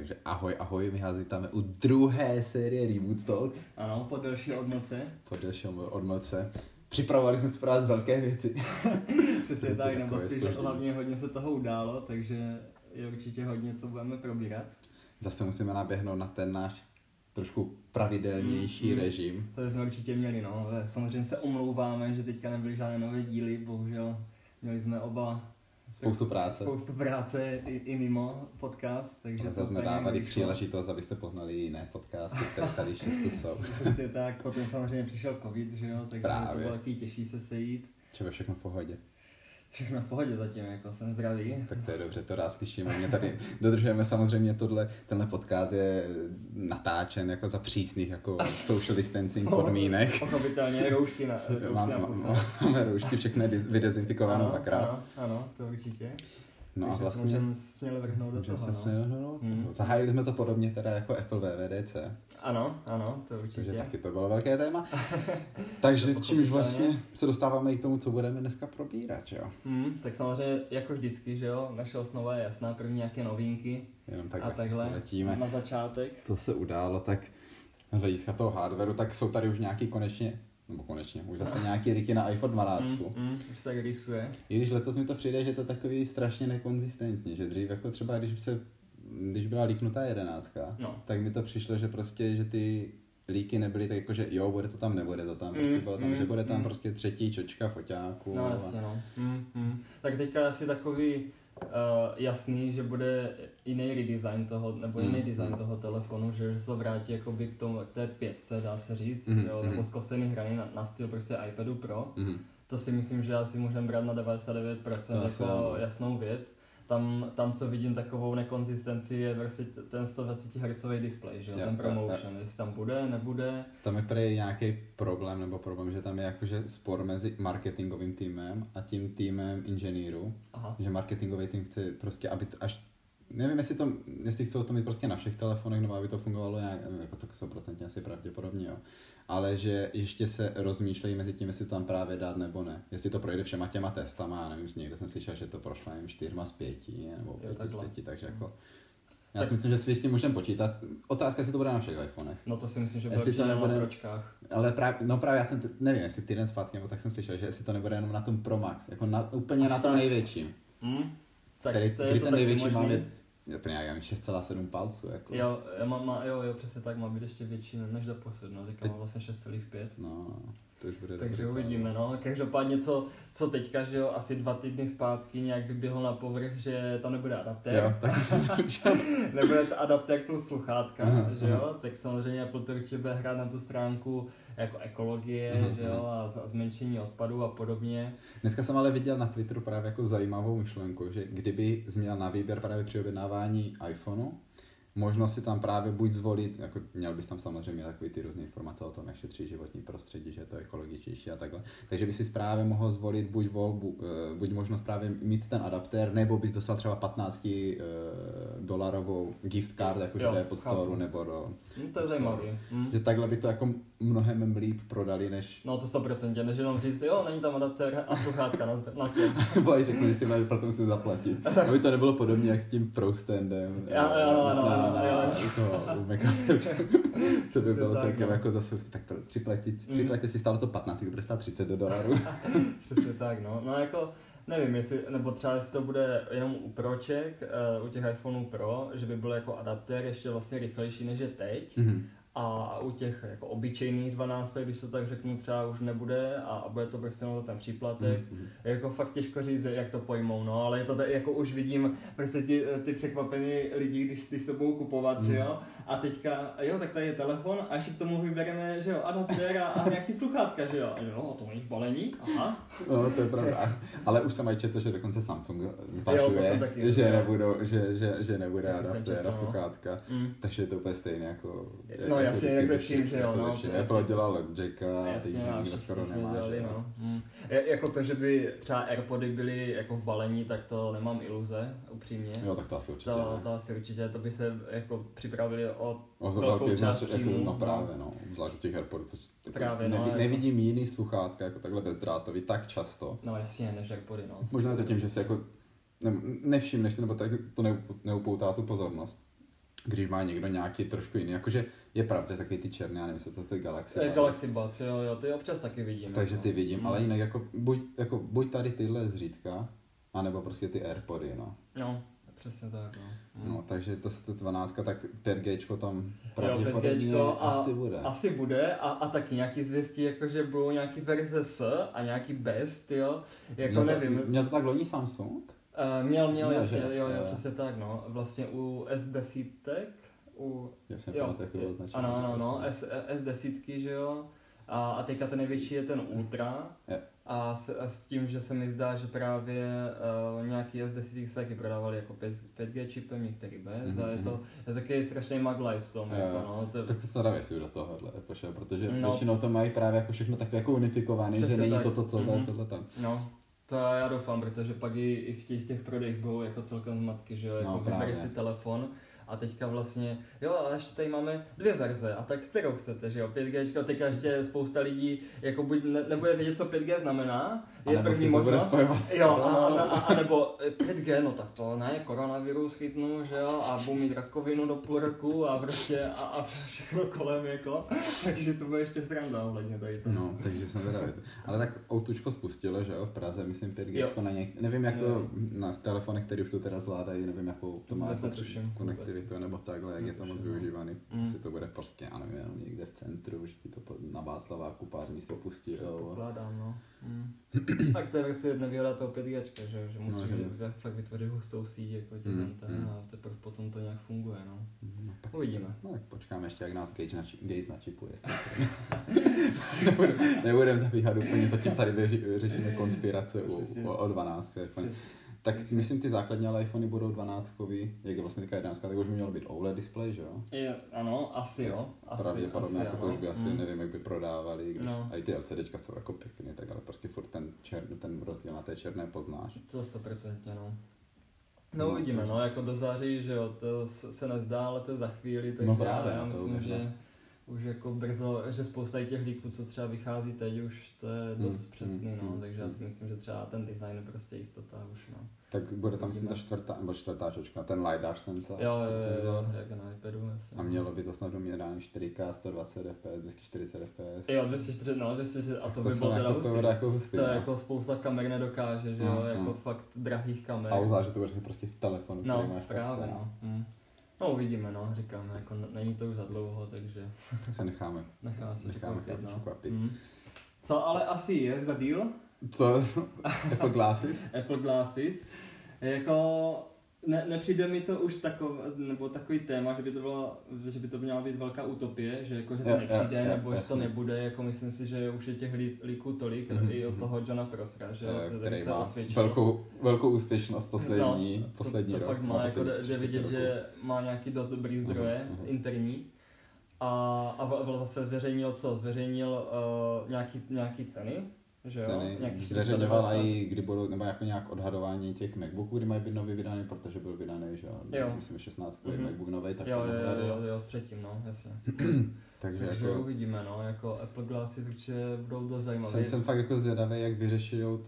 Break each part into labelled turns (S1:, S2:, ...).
S1: Takže ahoj, vyházítáme u druhé série Reboot Talks.
S2: Ano, po delší odmlce.
S1: Připravovali jsme se pro vás velké věci.
S2: Přesně tak, nebo spíš hlavně hodně se toho událo, takže je určitě hodně, co budeme probírat.
S1: Zase musíme naběhnout na ten náš trošku pravidelnější režim.
S2: To jsme určitě měli, no. Samozřejmě se omlouváme, že teďka nebyly žádné nové díly, bohužel měli jsme oba
S1: Spoustu práce
S2: i mimo podcast, takže
S1: ale
S2: to
S1: jsme dávali příležitost, abyste poznali jiné podcasty, které tady v Česku jsou.
S2: Přesně tak, potom samozřejmě přišel covid, že jo, takže to bylo taky těžší se sejít.
S1: Čeho všechno v pohodě?
S2: Všechno v pohodě zatím, jako jsem zdravý.
S1: Tak to je dobře, to rád slyšíme. Mě tady dodržujeme samozřejmě tenhle podcast je natáčen jako za přísných jako social distancing podmínek.
S2: Pochopitelně, roušky na
S1: máme roušky, všechno je vydezinfikováno dvakrát.
S2: Ano, to určitě.
S1: No
S2: takže
S1: a vlastně
S2: můžeme směle vrhnout do toho.
S1: Zahájili jsme to podobně teda jako Apple WWDC.
S2: Ano, to určitě.
S1: Takže taky to bylo velké téma. Takže čímž vlastně se dostáváme i k tomu, co budeme dneska probírat, jo?
S2: Tak samozřejmě jako vždycky, že jo, naše osnova je jasná, první nějaké novinky.
S1: Jenom
S2: takhle
S1: letíme.
S2: Na začátek.
S1: Co se událo, tak z hlediska toho hardwareu, tak jsou tady už nějaký konečně, už zase nějaký riky na iPhone 12.
S2: Už se tak rysuje.
S1: I když letos mi to přijde, že to takový strašně nekonzistentní, že dřív jako třeba když byla líknutá 11, tak mi to přišlo, že prostě, že ty líky nebyly tak jako, že jo, bude to tam, nebude to tam, prostě bylo tam, že bude tam prostě třetí čočka foťáku.
S2: No jasně, no. Tak teďka asi takový jasný, že bude jiný redesign toho, nebo jiný design toho telefonu, že se to vrátí jakoby k té 5, dá se říct, jo, nebo zkosený hrany na styl prostě iPadu Pro. To si myslím, že asi můžeme brát na 99% jako jasnou věc. Tam co vidím takovou nekonzistenci je prostě ten 120 Hz display, že jo, ten ProMotion, jestli tam bude, nebude.
S1: Tam je prý nějaký problém, že tam je jakože spor mezi marketingovým týmem a tím týmem inženýrů, že marketingový tým chce prostě, aby nevím, jestli chcou to mít prostě na všech telefonech, nebo aby to fungovalo nějak, jako to 100% asi pravděpodobně, jo. Ale že ještě se rozmýšlejí mezi tím, jestli to tam právě dát nebo ne. Jestli to projde všema těma testama, já nevím, někde jsem slyšel, že to prošlo jen 4 z 5, nebo 5 z 5, takže jako... Já si myslím, že si můžeme počítat. Otázka, jestli to bude na všech iPhonech.
S2: No to si myslím, že bude určitě na pročkách.
S1: Ale právě já jsem, nevím, jestli týden zpátky, nebo tak jsem slyšel, že jestli to nebude jenom na tom Pro Max, jako úplně na tom největším.
S2: Tak
S1: tady
S2: to je
S1: ten největší má být nějak 6,7 palců. Jako.
S2: Jo, přesně tak, má být ještě větší než doposud, no, teďka má vlastně 6,5.
S1: No, to už bude
S2: takže uvidíme, no. Každopádně, co teďka, že jo, asi 2 týdny zpátky nějak vyběhlo na povrch, že tam nebude adaptér.
S1: Jo, taky jsem to
S2: nebude to adaptér plus sluchátka, že jo, tak samozřejmě Apple to určitě bude hrát na tu stránku jako ekologie, že jo, a zmenšení odpadů a podobně.
S1: Dneska jsem ale viděl na Twitteru právě jako zajímavou myšlenku, že kdyby měl na výběr právě při objednávání iPhoneu, možno si tam právě buď zvolit, jako měl bys tam samozřejmě takový ty různé informace o tom, jak šetří životní prostředí, že je to ekologičtější a takhle. Takže by si právě mohl zvolit buď možnost právě mít ten adaptér, nebo bys dostal třeba $15 gift card, jakože jde pod storu, nebo do...
S2: to je zajímavé.
S1: Že takhle by to jako mnohem líp prodali, než...
S2: No to 100%, než jenom říct, jo, není tam adaptér a sluchátka na svět.
S1: Nebo i řeknu, že si máš proto musím zaplatit. Aby to nebylo podobně jak s tím Pro Standem. U MacBooku. To by bylo celkem jako zase tak připlatit si stálo to 15, to bude stát $30.
S2: Přesně tak, no. No jako, nevím, nebo třeba jestli to bude jenom u Proček, u těch iPhoneů Pro, že by byl jako adaptér ještě vlastně rychlejší než je teď. A u těch jako obyčejných 12, když to tak řeknu, třeba už nebude a bude to prostě ten příplatek. Je jako fakt těžko říct, jak to pojmou, no, ale je to tady, jako už vidím prostě ty překvapení lidi, když ty se budou kupovat, že jo, a teďka, jo, tak tady je telefon a ještě k tomu vybereme, že jo, adaptér a nějaký sluchátka, že jo, a jo, to není v balení, aha.
S1: No, to je pravda, ale už jsem aj četl, že dokonce Samsung zvažuje, že nebude adaptér a sluchátka, takže je to úplně stejné jako...
S2: No jasně, jak ze vším, že jo, no.
S1: Apple dělal Jacka a teď nikdo skoro nemá, že
S2: no. Jako to, že by třeba AirPody byly jako v balení, tak to nemám iluze, upřímně.
S1: Jo, tak to asi určitě
S2: to asi určitě, to by se jako připravili o
S1: velkou část příjmu. No právě, no, zvlášť u těch AirPodů, což nevidím jiný sluchátka, jako takhle bezdrátový, tak často.
S2: No jasně, než AirPody, no.
S1: Možná to tím, že si jako nevšimneš si, nebo tak to neupoutá tu pozornost. když má někdo nějaký trošku jiný, jakože je pravda, takový ty černé, já nevím, jestli to je Galaxy Buds.
S2: Galaxy Buds, jo, ty občas taky vidím.
S1: Takže ty vidím, ale jinak jako buď tady tyhle zřídka, anebo prostě ty AirPody, no.
S2: No, přesně tak, no.
S1: No, takže to 12, tak 5G tam pravděpodobně asi bude.
S2: Asi bude a taky nějaký zvěstí, jakože budou nějaký verze S a nějaký bez, jo, jako nevím.
S1: Měl to tak loni Samsung?
S2: Měl, jasně, jo, přesně tak, no. Vlastně u S10, Ano, S10, že jo. A teďka ten největší je ten Ultra. A s tím, že se mi zdá, že právě nějaký S10 se taky prodávali jako 5G čipem, některý bez. A je to takový strašný maglife v tom. Jako, no,
S1: tak to se dá do tohohle, protože většinou to mají právě jako všechno tak jako unifikované, že není to tohle tam.
S2: No. To já doufám, protože pak i v těch prodejích budou jako celkem zmatky, že jo, jako vybereš si telefon a teďka vlastně, jo, a ještě tady máme 2 verze, a tak kterou chcete, že jo, 5G, teďka ještě spousta lidí jako buď nebude vědět, co 5G znamená, je první možnost, jo, a nebo 5G, no tak to ne, koronavirus chytnu, že jo, a budu mít rakovinu do půl roku a prostě a všechno kolem, jako, takže to bude ještě sranda ohledně tady to.
S1: No, takže jsem zvědavý. Ale tak Outučko spustilo, že jo, v Praze, myslím 5G na nevím jak to na telefonech, které už to teda zvládají, nevím jakou to má konektivitu nebo takhle, jak je to moc využívaný. Jestli to bude prostě, já nevím, jenom někde v centru, že ti to na Václaváku pár míst pustí.
S2: Pokládám, no. Tak to je vlastně nevýhoda toho 5G, že musíš fakt vytvořit hustou síť jako těch antén a teprve potom to nějak funguje, no. Uvidíme.
S1: No tak počkáme ještě, jak nás Gates načipuje. Nebudeme zabíhat úplně, zatím tady řešíme konspirace o 12. Tak myslím, ty základní iPhony budou 12kový, jak je vlastně teďka 11, tak už by mělo být OLED display, že jo?
S2: Ano, asi jo.
S1: Pravděpodobně, jako to už by asi nevím, jak by prodávali, když a i ty LCDčka jsou jako pěkný, tak ale prostě furt ten rozdíl na té černé poznáš.
S2: To 100%, no. No uvidíme, no, jako do září, že jo, to se nezdá, ale to je za chvíli, takže já myslím, že už jako brzo, že spousta těch líků, co třeba vychází teď, už to je dost přesný, no, takže já si myslím, že třeba ten design je prostě jistota už, no.
S1: Tak bude tam si ta čtvrtá čočka, ten LiDAR senzor.
S2: Jo, jak na iPadu, jasně.
S1: A mělo by to snad mít ráno 4K, 120 fps, 240 fps.
S2: Jo, 240, a to by bylo teda hustý. To je jako spousta kamer nedokáže, že jo, jako fakt drahých kamer.
S1: A uznáš, že to bude prostě v telefonu, který máš
S2: právě, no uvidíme, no, říkám, jako není to už za dlouho, takže...
S1: Se necháme překvapit.
S2: Co ale asi je za deal?
S1: Co? Apple Glasses?
S2: Apple Glasses. Jako... Nepřijde mi to už takový téma, že by to měla být velká utopie, že jako, že to nepřijde, nebo že to nebude, jako myslím si, že už je těch líků tolik, i od toho Johna Prosera, že
S1: který má velkou úspěšnost poslední rok.
S2: To fakt má, jako jde vidět, že má nějaký dost dobrý zdroje interní. A zase zveřejnil nějaký ceny. Že jo?
S1: Zveřejňoval i kdy budou, nebo jako nějak odhadování těch MacBooků, kdy mají být nový vydaný, protože byl vydaný, že jo? Myslím, 16 MacBook nový, tak
S2: jo, předtím, no, jasně. Takže jako uvidíme, no, jako Apple Glasses určitě budou dost zajímavé.
S1: Jsem fakt jako zvědavý, jak vyřešijou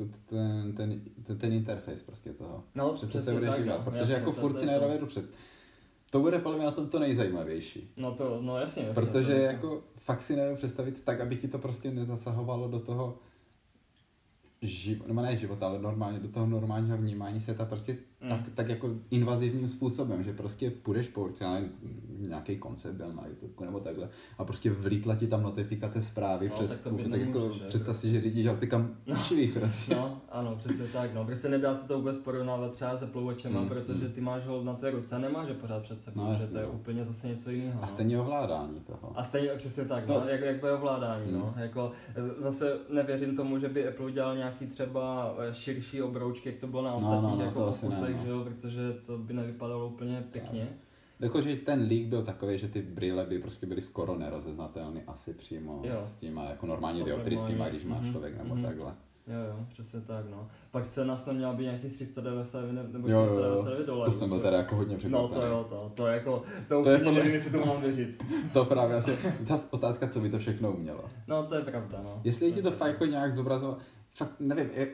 S1: ten interface prostě toho.
S2: No, přesně se bude
S1: žívat, protože jasně, jako furt si nedovedu to bude podle mě na tom to nejzajímavější.
S2: No jasně.
S1: Protože jako fakt si nevím představit tak, aby ti to prostě nezasahovalo do toho života, ale normálně do toho normálního vnímání světa prostě tak jako invazivním způsobem, že prostě půjdeš po ulici, nějaký koncert byl na YouTube nebo takhle a prostě vlítla ti tam notifikace zprávy přes tak jako představ si, že řídíš autykam živých prostě.
S2: No, ano, přesně tak, no, prostě nedá se to vůbec porovnávat třeba s Apple Watchem, protože ty máš ho na té ruce, nemáš ho pořád před sebou, že to je úplně zase něco jiného.
S1: A stejně ovládání toho.
S2: A stejně, přesně tak, no, jak bude ovládání, no, jako zase nevěřím tomu, že by Apple udělal nějaký třeba širší obroučky, jak to bylo na ostatních jako pokusech, že jo, protože to by nevypadalo úplně pěkně.
S1: Jakože ten leak byl takový, že ty brýle by prostě byly skoro nerozeznatelné asi přímo s tím a jako normálně dioptrickýma, když máš člověk nebo takhle.
S2: Jo, přesně tak, no. Pak cena snad měla být nějaký 399 nebo $499.
S1: To jsem byl teda jako hodně překvapený.
S2: No to je jako, to úplně nevím, jestli to mám věřit.
S1: To právě asi, zase otázka, co by to všechno umělo.
S2: No to je pravda, no.
S1: Jestli ti to fakt jako nějak zobrazilo, fakt nevím,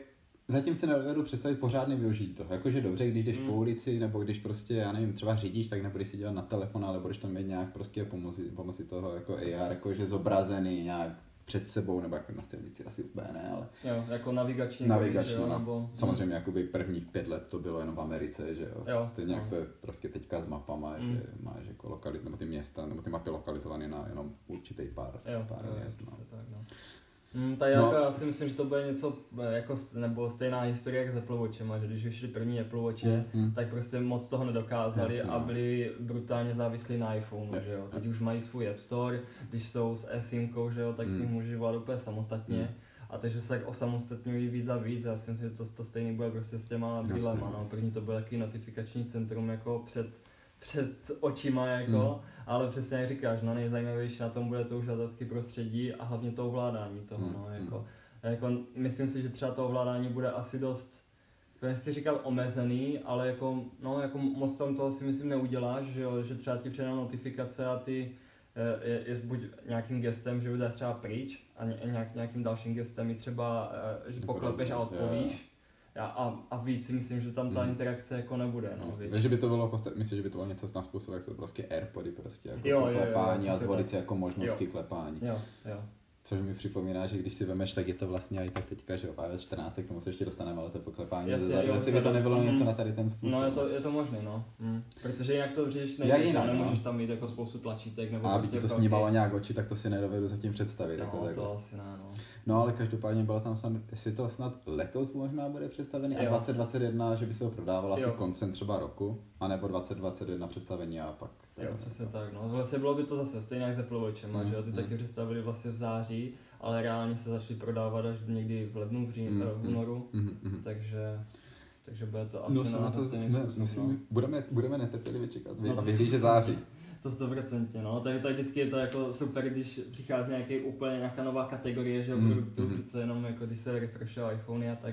S1: zatím si nedovedu představit pořádný využít toho. Jakože dobře, když jdeš po ulici, nebo když prostě, já nevím, třeba řídíš, tak nebudeš si dělat na telefon, ale budeš tam mít nějak prostě pomocí toho jako AR, jakože zobrazený nějak před sebou, nebo jako na silnici asi úplně ne, ale...
S2: Jo, jako navigační,
S1: jo, no. Nebo... Samozřejmě jakoby prvních 5 let to bylo jenom v Americe, že jo. Stejně jak to je prostě teďka s mapama, že máš jako nebo ty města, nebo ty mapy lokalizované na jenom určitý pár měst, no.
S2: Tak, no. Tak já si myslím, že to bude něco jako, nebo stejná historie jak s Apple Watchem, že když vyšly první Apple Watche, tak prostě moc toho nedokázali a byli brutálně závislí na iPhoneu, že jo. Teď už mají svůj App Store, když jsou s eSIMkou, že jo, tak si můžeš volat úplně samostatně. A takže se tak osamostatňují víc a víc. Já si myslím, že to stejný bude prostě s těma brýlema, no. První to bylo takový notifikační centrum jako před očima jako, ale přesně jak říkáš, no nejzajímavější na tom bude to uživatelské prostředí a hlavně to ovládání toho, no jako myslím si, že třeba to ovládání bude asi dost, nechci říkat omezený, ale jako moc tam toho si myslím neuděláš, že jo, že třeba ti přijde notifikace a ty je buď nějakým gestem, že bude třeba pryč a nějakým dalším gestem i třeba, že poklepeš a odpovíš. A víc si myslím, že tam ta interakce jako nebude, no, víš.
S1: Že by to bylo, myslím, že by to bylo něco na způsob, jak jsou prostě AirPody prostě, jako klepání a zvolit si jako možnosti klepání.
S2: Jo.
S1: Což mi připomíná, že když si vemeš, tak je to vlastně i tak teďka, že iOS 14, k tomu se ještě dostaneme, ale to poklepání zezadu, jestli by to nebylo něco na tady ten způsob.
S2: No je to možné, no. Protože jinak to říct nejde, nemůžeš tam mít jako spoustu tlačítek. Nebo
S1: a aby ti to snímalo nějak oči, tak to si nedovedu zatím představit.
S2: No
S1: jako
S2: to asi ne, no.
S1: No ale každopádně bylo tam snad, jestli to snad letos možná bude představený a 2021, že by se ho prodával asi koncem třeba roku, anebo 2021 představení a pak.
S2: Jo, přesně tak, no. Vlastně bylo by to zase stejně jak s Apple Watchem, že jo, ty taky představili vlastně v září, ale reálně se začali prodávat až někdy v lednu, v únoru, takže bude to asi na to stejný způsob.
S1: Budeme netrpělivě čekat a vyhlíže září.
S2: To 100%, no, tak vždycky je to jako super, když přichází nějaká nová kategorie, že produktů, přece jenom jako když se refreshuje iPhony a tak.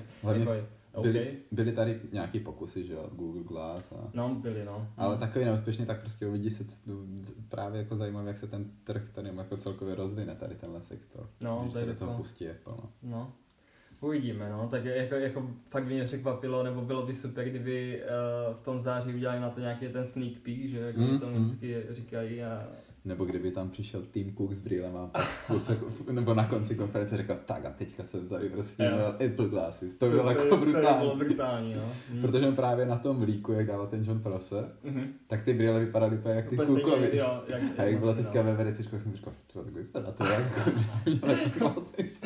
S1: Byly tady nějaký pokusy, že jo, Google Glass a...
S2: No, byly, no.
S1: Ale takový neúspěšný, tak prostě uvidí se právě jako zajímavé, jak se ten trh tady jako celkově rozvine, tady tenhle sektor.
S2: No,
S1: když tady toho pustí Apple, no.
S2: No. Uvidíme, no, tak jako fakt by mě překvapilo, nebo bylo by super, kdyby v tom září udělali na to nějaký ten sneak peek, že jak to vždycky říkají a...
S1: Nebo kdyby tam přišel Tim Cook s brýlema nebo na konci konference řekl, tak a teďka jsem tady prostě Apple Glasses. To bylo jako brutální.
S2: To bylo brutální, no.
S1: Protože právě na tom líku, jak dával ten John Prosser, tak ty brýle vypadaly úplně jak ty Cookovi. A jak bylo teďka ve vericičku, jsem si říkal, to tak vypadá to jak Glasses.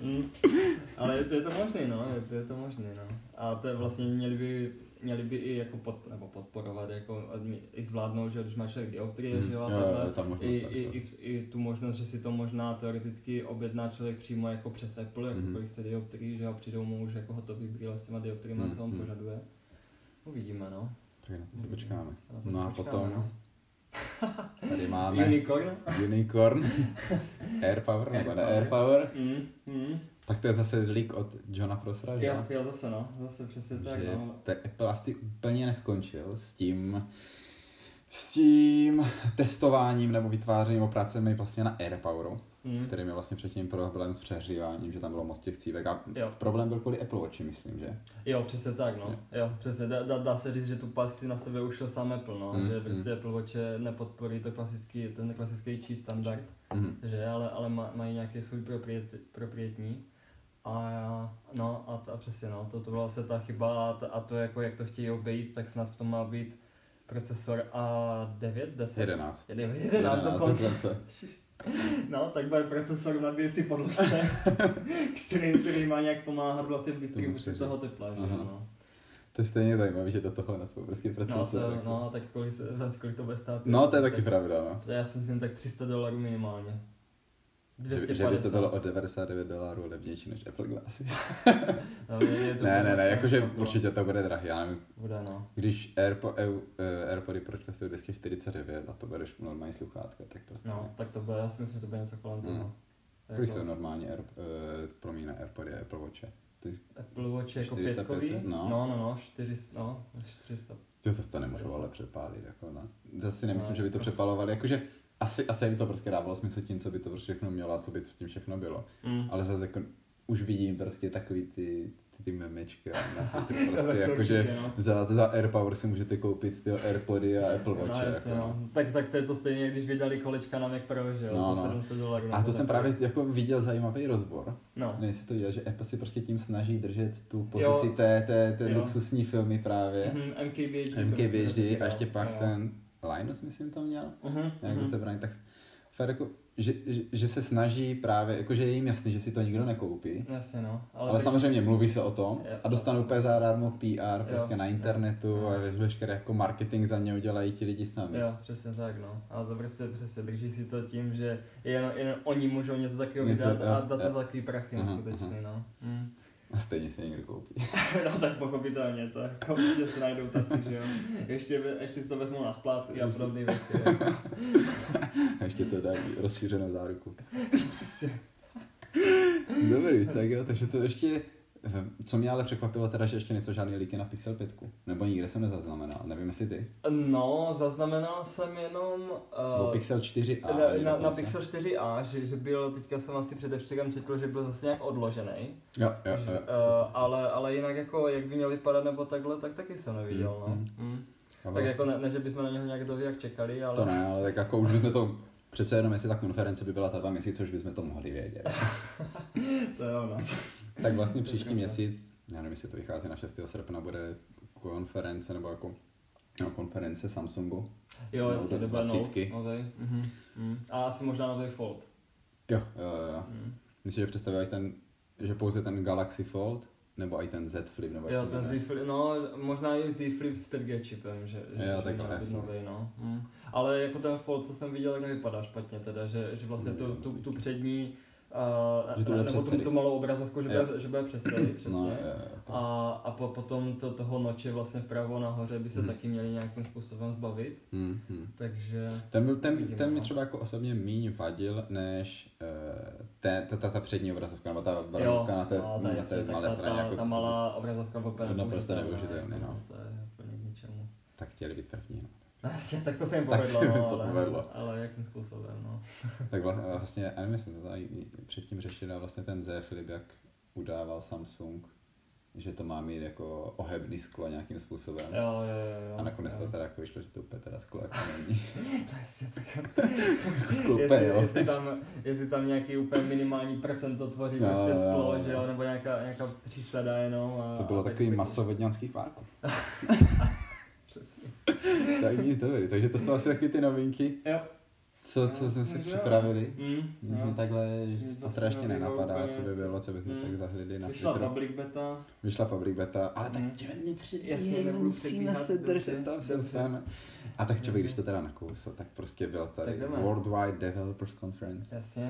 S2: Ale to je to možný, no. Je to možný, no. A to je vlastně měli by i jako podporovat, jako i zvládnout, že když máš dioptrie, že jo, a takhle, i tu možnost, že si to možná teoreticky objedná člověk přímo jako přes Apple, jako kolik se dioptrií, že jo, přijdou mu už jako hotový brýle s těma dioptriema, co on požaduje. Uvidíme, no.
S1: Tak na to si počkáme. No a potom tady máme Unicorn, AirPower, nebo ne AirPower. Tak to je zase leak od Johna Prossera, že?
S2: Jo, zase přesně tak, no.
S1: Apple asi úplně neskončil s tím testováním nebo vytvářením opracemi vlastně na AirPoweru, který je vlastně předtím problém s přehříváním, že tam bylo moc těch cívek a problém byl kvůli Apple Watchi, myslím, že?
S2: Jo, přesně tak, no. Jo, přesně, dá se říct, že tu pasti na sebe ušel sám Apple, no, že prostě Apple Watch nepodporí ten klasický Qi standard, že, ale mají nějaký svůj proprietní. A přesně, no, to byla vlastně ta chyba a to jako jak to chtějí obejít, tak snad v tom má být procesor A9, 10? 11 dokonce. No, tak bude procesor na nabíjecí podložce, který má nějak pomáhat vlastně v distribuci toho tepla, že no.
S1: To je stejně zajímavé, že do toho na svou prostě procesor.
S2: No, tak kolik to bude stát?
S1: No, to je taky pravda, no.
S2: To já si myslím tak $300 minimálně. 250.
S1: Že by to bylo o $99 levnější než Apple Glasses. ne, jakože určitě to bude drahý, já nevím.
S2: Bude, no.
S1: Když AirPody Pro stojí 249 a to budeš normální sluchátka, tak prostě...
S2: No, tak to bude, já si myslím, že to bude něco kolem toho.
S1: Kolik jsou normální AirPody a Apple Watche?
S2: Apple Watch jako 5kový? No, 400.
S1: To zase to nemůžu ale přepálit, jako na... Zase si nemyslím, že by to přepalovali, jakože... Asi jim to prostě dávalo smysl tím, co by to všechno mělo a co by v tím všechno bylo. Ale zase jako už vidím prostě takový ty ty memečka na Twitteru, prostě jakože za AirPower si můžete koupit ty AirPody a Apple Watch.
S2: No, jasně, jako. No. Tak to je to stejně, když vydali kolečka na Mac Pro, že jo, za $700.
S1: A to jsem právě jako viděl zajímavý rozbor. No. Nevím, jestli to dělá, že Apple si prostě tím snaží držet tu pozici té luxusní filmy právě. MKBHD a ještě pak ten Linus, myslím, to měl. Jak se brání, tak fakt jako, že se snaží právě, jakože je jim jasný, že si to nikdo nekoupí.
S2: Jasně, no.
S1: Ale samozřejmě mluví se o tom a dostanou úplně zadarmo PR prostě na internetu a veškeré jako marketing za ně udělají ti lidi sami.
S2: Jo, přesně tak, no. Ale to přesně drží si to tím, že jen oni můžou něco takového vydat a dát to za takový prachy, skutečně, no.
S1: A stejně se někdo koupí.
S2: No tak pochopitelně, to jako určitě se najdou taci, že jo. Ještě si to vezmou na splátky a podobné věci.
S1: A ještě to dají rozšířenou záruku. Dobrý, tak jo, takže to ještě, co mě ale překvapilo teda, že ještě něco žádný líky na Pixel 5. Nebo nikde jsem nezaznamenal, nevím jestli ty.
S2: No, zaznamenal jsem jenom...
S1: Pixel 4a.
S2: Na Pixel 4a, že byl, teďka jsem asi předevčerem četl, že byl zase nějak odložený.
S1: Jo.
S2: Ale jinak jako, jak by měl vypadat nebo takhle, tak taky jsem neviděl, no. Tak jako ne, že bychom na něho nějak jak čekali, ale...
S1: To ne, ale tak jako už bychom to... Přece jenom, jestli ta konference by byla za 2 měsíce, už bychom to mohli vědět.
S2: To je ono.
S1: Tak vlastně příští měsíc, já nevím, jestli to vychází na 6. srpna, bude konference nebo jako konference Samsungu.
S2: Jo, jestli to bude Note nový. A asi možná nový Fold.
S1: Jo. Myslím, že představují že pouze ten Galaxy Fold, nebo i ten Z Flip, nebo
S2: jo, ten Z Flip, no možná i Z Flip s 5G čipem, že
S1: tak
S2: nový, no. Ale jako ten Fold, co jsem viděl, tak nevypadá špatně teda, že vlastně tu přední nebo tu malou obrazovku, že bude přes celý, přesně. A potom toho noče vlastně vpravo nahoře by se taky měli nějakým způsobem zbavit. Takže...
S1: Ten mi třeba jako osobně míň vadil, než ta přední obrazovka, nebo ta obrazovka na té malé straně.
S2: Ta malá obrazovka
S1: úplně prostě nevyužitelný, no.
S2: To je úplně k ničemu.
S1: Tak chtěli být první, no.
S2: Jasně, tak to se jim povedlo, ale jakým způsobem, no.
S1: Tak vlastně, já nevím, jestli to tady předtím řešili, vlastně ten Z Flip, jak udával Samsung, že to má mít jako ohebný sklo nějakým způsobem.
S2: Jo.
S1: A nakonec to teda jako vyšlo, že to úplně teda sklo jako není.
S2: To je jasně tak.
S1: Sklo úplně, jo.
S2: Jestli tam nějaký úplně minimální procento tvoří prostě sklo, že jo, nebo nějaká přísada jenom.
S1: To bylo takový masovodňanský kvárku.
S2: Přesně.
S1: Tak nic, dobrý. Takže to jsou asi taky ty novinky.
S2: Jo.
S1: Co jsme si připravili. Mě takhle strašně nenapadá, co by bylo, co bychom tak zahlídli na Twitteru. Vyšla public beta, ale tak musíme se držet, tam se musíme. A tak člověk, když to teda nakousl, tak prostě byl tady Worldwide Developers Conference.
S2: Jasně.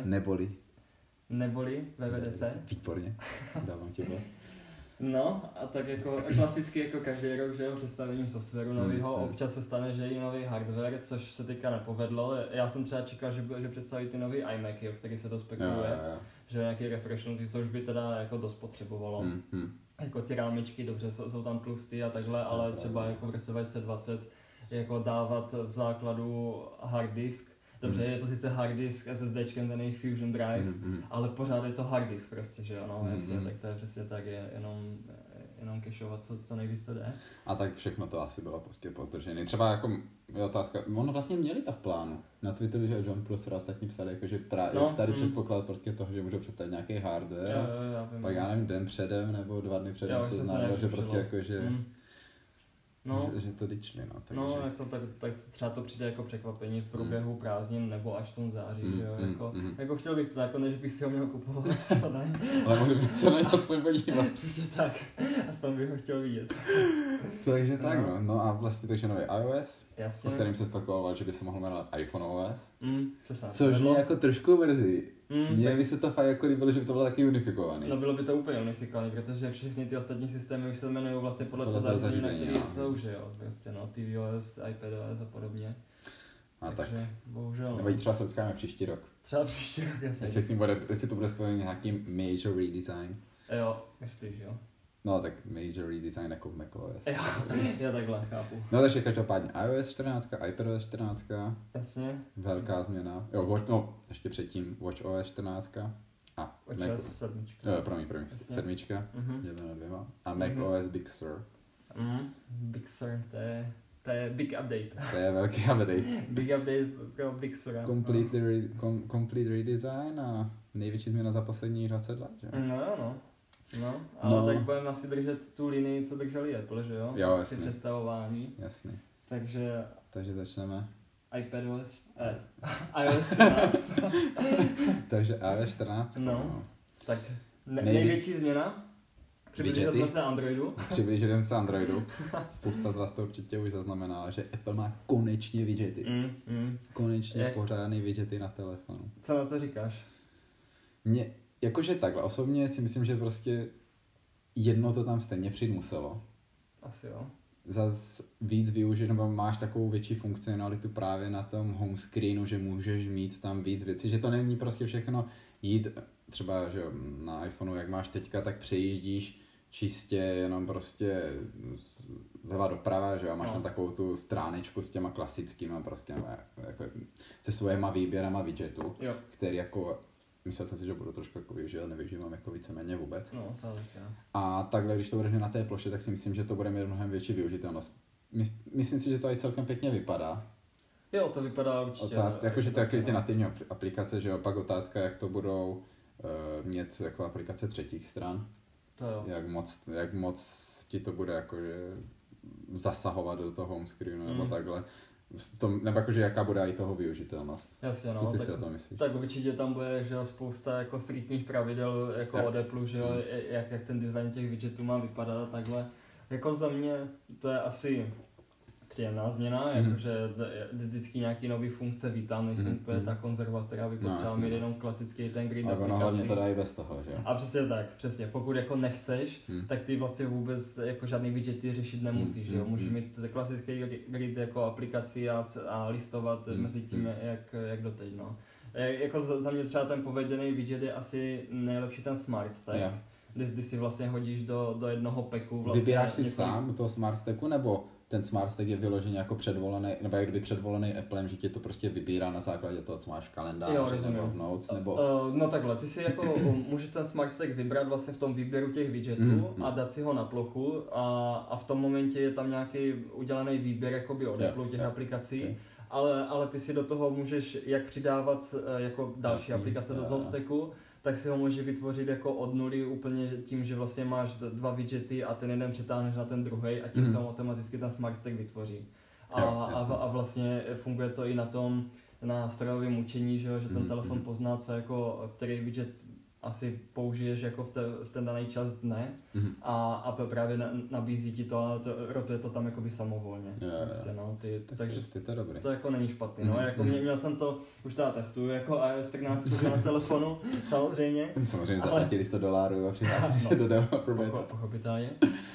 S2: Neboli WWDC.
S1: Výborně, dávám ti bod.
S2: No a tak jako klasicky jako každý rok, že jo, představení softwaru nového, občas se stane, že je i nový hardware, což se teďka nepovedlo. Já jsem třeba čekal, že představí ty nový iMacy, o který se to spekuluje, že nějaký refreshnutý, což by teda jako dost potřebovalo. Jako ty rámičky, dobře, jsou tam tlustý a takhle, ale třeba jako v roce 2020 jako dávat v základu hard disk. Dobře, je to sice hard disk SSDčkem, ten je Fusion Drive, ale pořád je to hard disk prostě, že jo, no, jasně, tak to je přesně tak, je jenom cacheovat, co nejvíc to jde.
S1: A tak všechno to asi bylo prostě pozdržené. Třeba jako je otázka, ono vlastně měli to v plánu. Na Twitteru, že John Prosser a ostatní psali, jako, že tady předpoklad prostě toho, že můžou představit nějaký hardware. Pak já nevím, den předem nebo 2 dny předem se znamenalo, že prostě jako, že... Že to dičli, no. Takže...
S2: No, jako, tak třeba to přijde jako překvapení v průběhu prázdnin nebo až v tom září, že jo, jako chtěl bych to, jako než bych si ho měl kupovat, to ne.
S1: Ale mohli bych se na něj aspoň podívat.
S2: Přesně tak, aspoň bych ho chtěl vidět.
S1: Takže tak, no a vlastně takže nový iOS,
S2: jasně.
S1: o kterým se spekuloval, že by se mohl jmenovat iPhone OS.
S2: Přesně.
S1: Což mě jako trošku mrzí. Mně by se to fakt jako líbilo, že by to bylo taky unifikovaný.
S2: No bylo by to úplně unifikovaný, protože všechny ty ostatní systémy už se jmenují vlastně podle toho zařízení, na kterých jsou, že jo, prostě no, tvOS, iPadOS a podobně.
S1: A
S2: takže
S1: tak.
S2: Bohužel.
S1: Nebo třeba se potkáme příští rok.
S2: Třeba příští rok, jasně.
S1: Jestli to bude spojený nějaký major redesign.
S2: Jo, myslíš, jo.
S1: No tak major redesign jako v macOS.
S2: Jo, takhle, chápu.
S1: No takže každopádně iOS 14, iPadOS 14.
S2: Jasně.
S1: Velká změna. Jo, ještě předtím WatchOS 14. A
S2: OS 7.
S1: Promiň, 7. 1.2. A Mac OS Big Sur.
S2: Big Sur, to je big update.
S1: To je velký update.
S2: Big update pro Big Sur.
S1: Complete redesign a největší změna za poslední 20 let, že?
S2: No, ale tak budeme asi držet tu linii, co drželi Apple, že jo?
S1: Jo, jasně.
S2: Při představování.
S1: Jasně.
S2: Takže
S1: začneme.
S2: iOS 14.
S1: Takže iOS 14.
S2: No. Tak největší změna? Přiblížili jsme se Androidu.
S1: Přiblížili se Androidu. Spousta z vás to určitě už zaznamenala, že Apple má konečně widgety. Konečně pořádný widgety na telefonu.
S2: Co na to říkáš?
S1: Jakože takhle, osobně si myslím, že prostě jedno to tam stejně přijít muselo.
S2: Asi jo.
S1: Zas víc využít, nebo máš takovou větší funkcionalitu právě na tom home screenu, že můžeš mít tam víc věcí, že to není prostě všechno jít, třeba že na iPhoneu, jak máš teďka, tak přejíždíš čistě jenom prostě zleva doprava, že jo, máš tam takovou tu stránečku s těma klasickýma prostě, jako se svojima výběrama widgetu, který jako myslel jsem si, že budu trošku jako využívat, nevyužívám jako víceméně vůbec.
S2: No, tak jo.
S1: A takhle, když to budeme na té ploše, tak si myslím, že to bude mít mnohem větší využitelnost. Myslím si, že to i celkem pěkně vypadá.
S2: Jo, to vypadá určitě.
S1: Jakože taky ty nativní aplikace, že jo, pak otázka, jak to budou mít jako aplikace třetích stran.
S2: To jo.
S1: Jak moc ti to bude jakože zasahovat do toho home screenu nebo takhle. Nebo jakože jaká bude i toho využitelnost.
S2: Jasně, no.
S1: Co ty si o tom myslíš?
S2: Tak určitě tam bude, že jo, spousta jako striktních pravidel jako od Apple, že jo, jak ten design těch widgetů má vypadat a takhle. Jako za mě to je asi příjemná změna, jakože vždycky nějaký nový funkce vítám, nejsem úplně ta konzervatora, aby potřeboval mít jenom klasický ten grid aplikací.
S1: Hlavně to dá i bez toho, že?
S2: A přesně tak, pokud jako nechceš, tak ty vlastně vůbec jako žádný widgety řešit nemusíš, jo? Můžeš mít klasický grid jako aplikaci a listovat mezi tím, jak doteď, no. Jako za mě třeba ten povedený widget je asi nejlepší ten Smart Stack, kdy si vlastně hodíš do jednoho packu vlastně.
S1: Vybíráš si sám toho Smart Stacku, nebo ten Smart Stack je vyloženě jako předvolený, nebo jak kdyby předvolený Applem, že ti to prostě vybírá na základě toho, co máš v kalendáři nebo v Notes, nebo...
S2: No takhle, ty si jako můžeš ten Smart Stack vybrat vlastně v tom výběru těch widgetů a dát si ho na plochu a v tom momentě je tam nějaký udělaný výběr jakoby od Apple těch aplikací. Okay. Ale ty si do toho můžeš jak přidávat jako další aplikace do toho stacku, tak si ho můžeš vytvořit jako od nuly úplně tím, že vlastně máš dva widgety a ten jeden přetáhneš na ten druhý a tím se automaticky ten Smart Stack vytvoří. A vlastně funguje to i na strojovém učení, že ten telefon pozná, co jako, který widget asi použiješ jako v ten daný čas dne a právě nabízí ti to a rotuje to tam jakoby samovolně. No, takže to jako není špatný. No, jako měl jsem to, už teda testuju jako iOS 14 na telefonu, samozřejmě.
S1: Samozřejmě zaplatili $100 a přihlásili se do demo.
S2: Pochopitelně.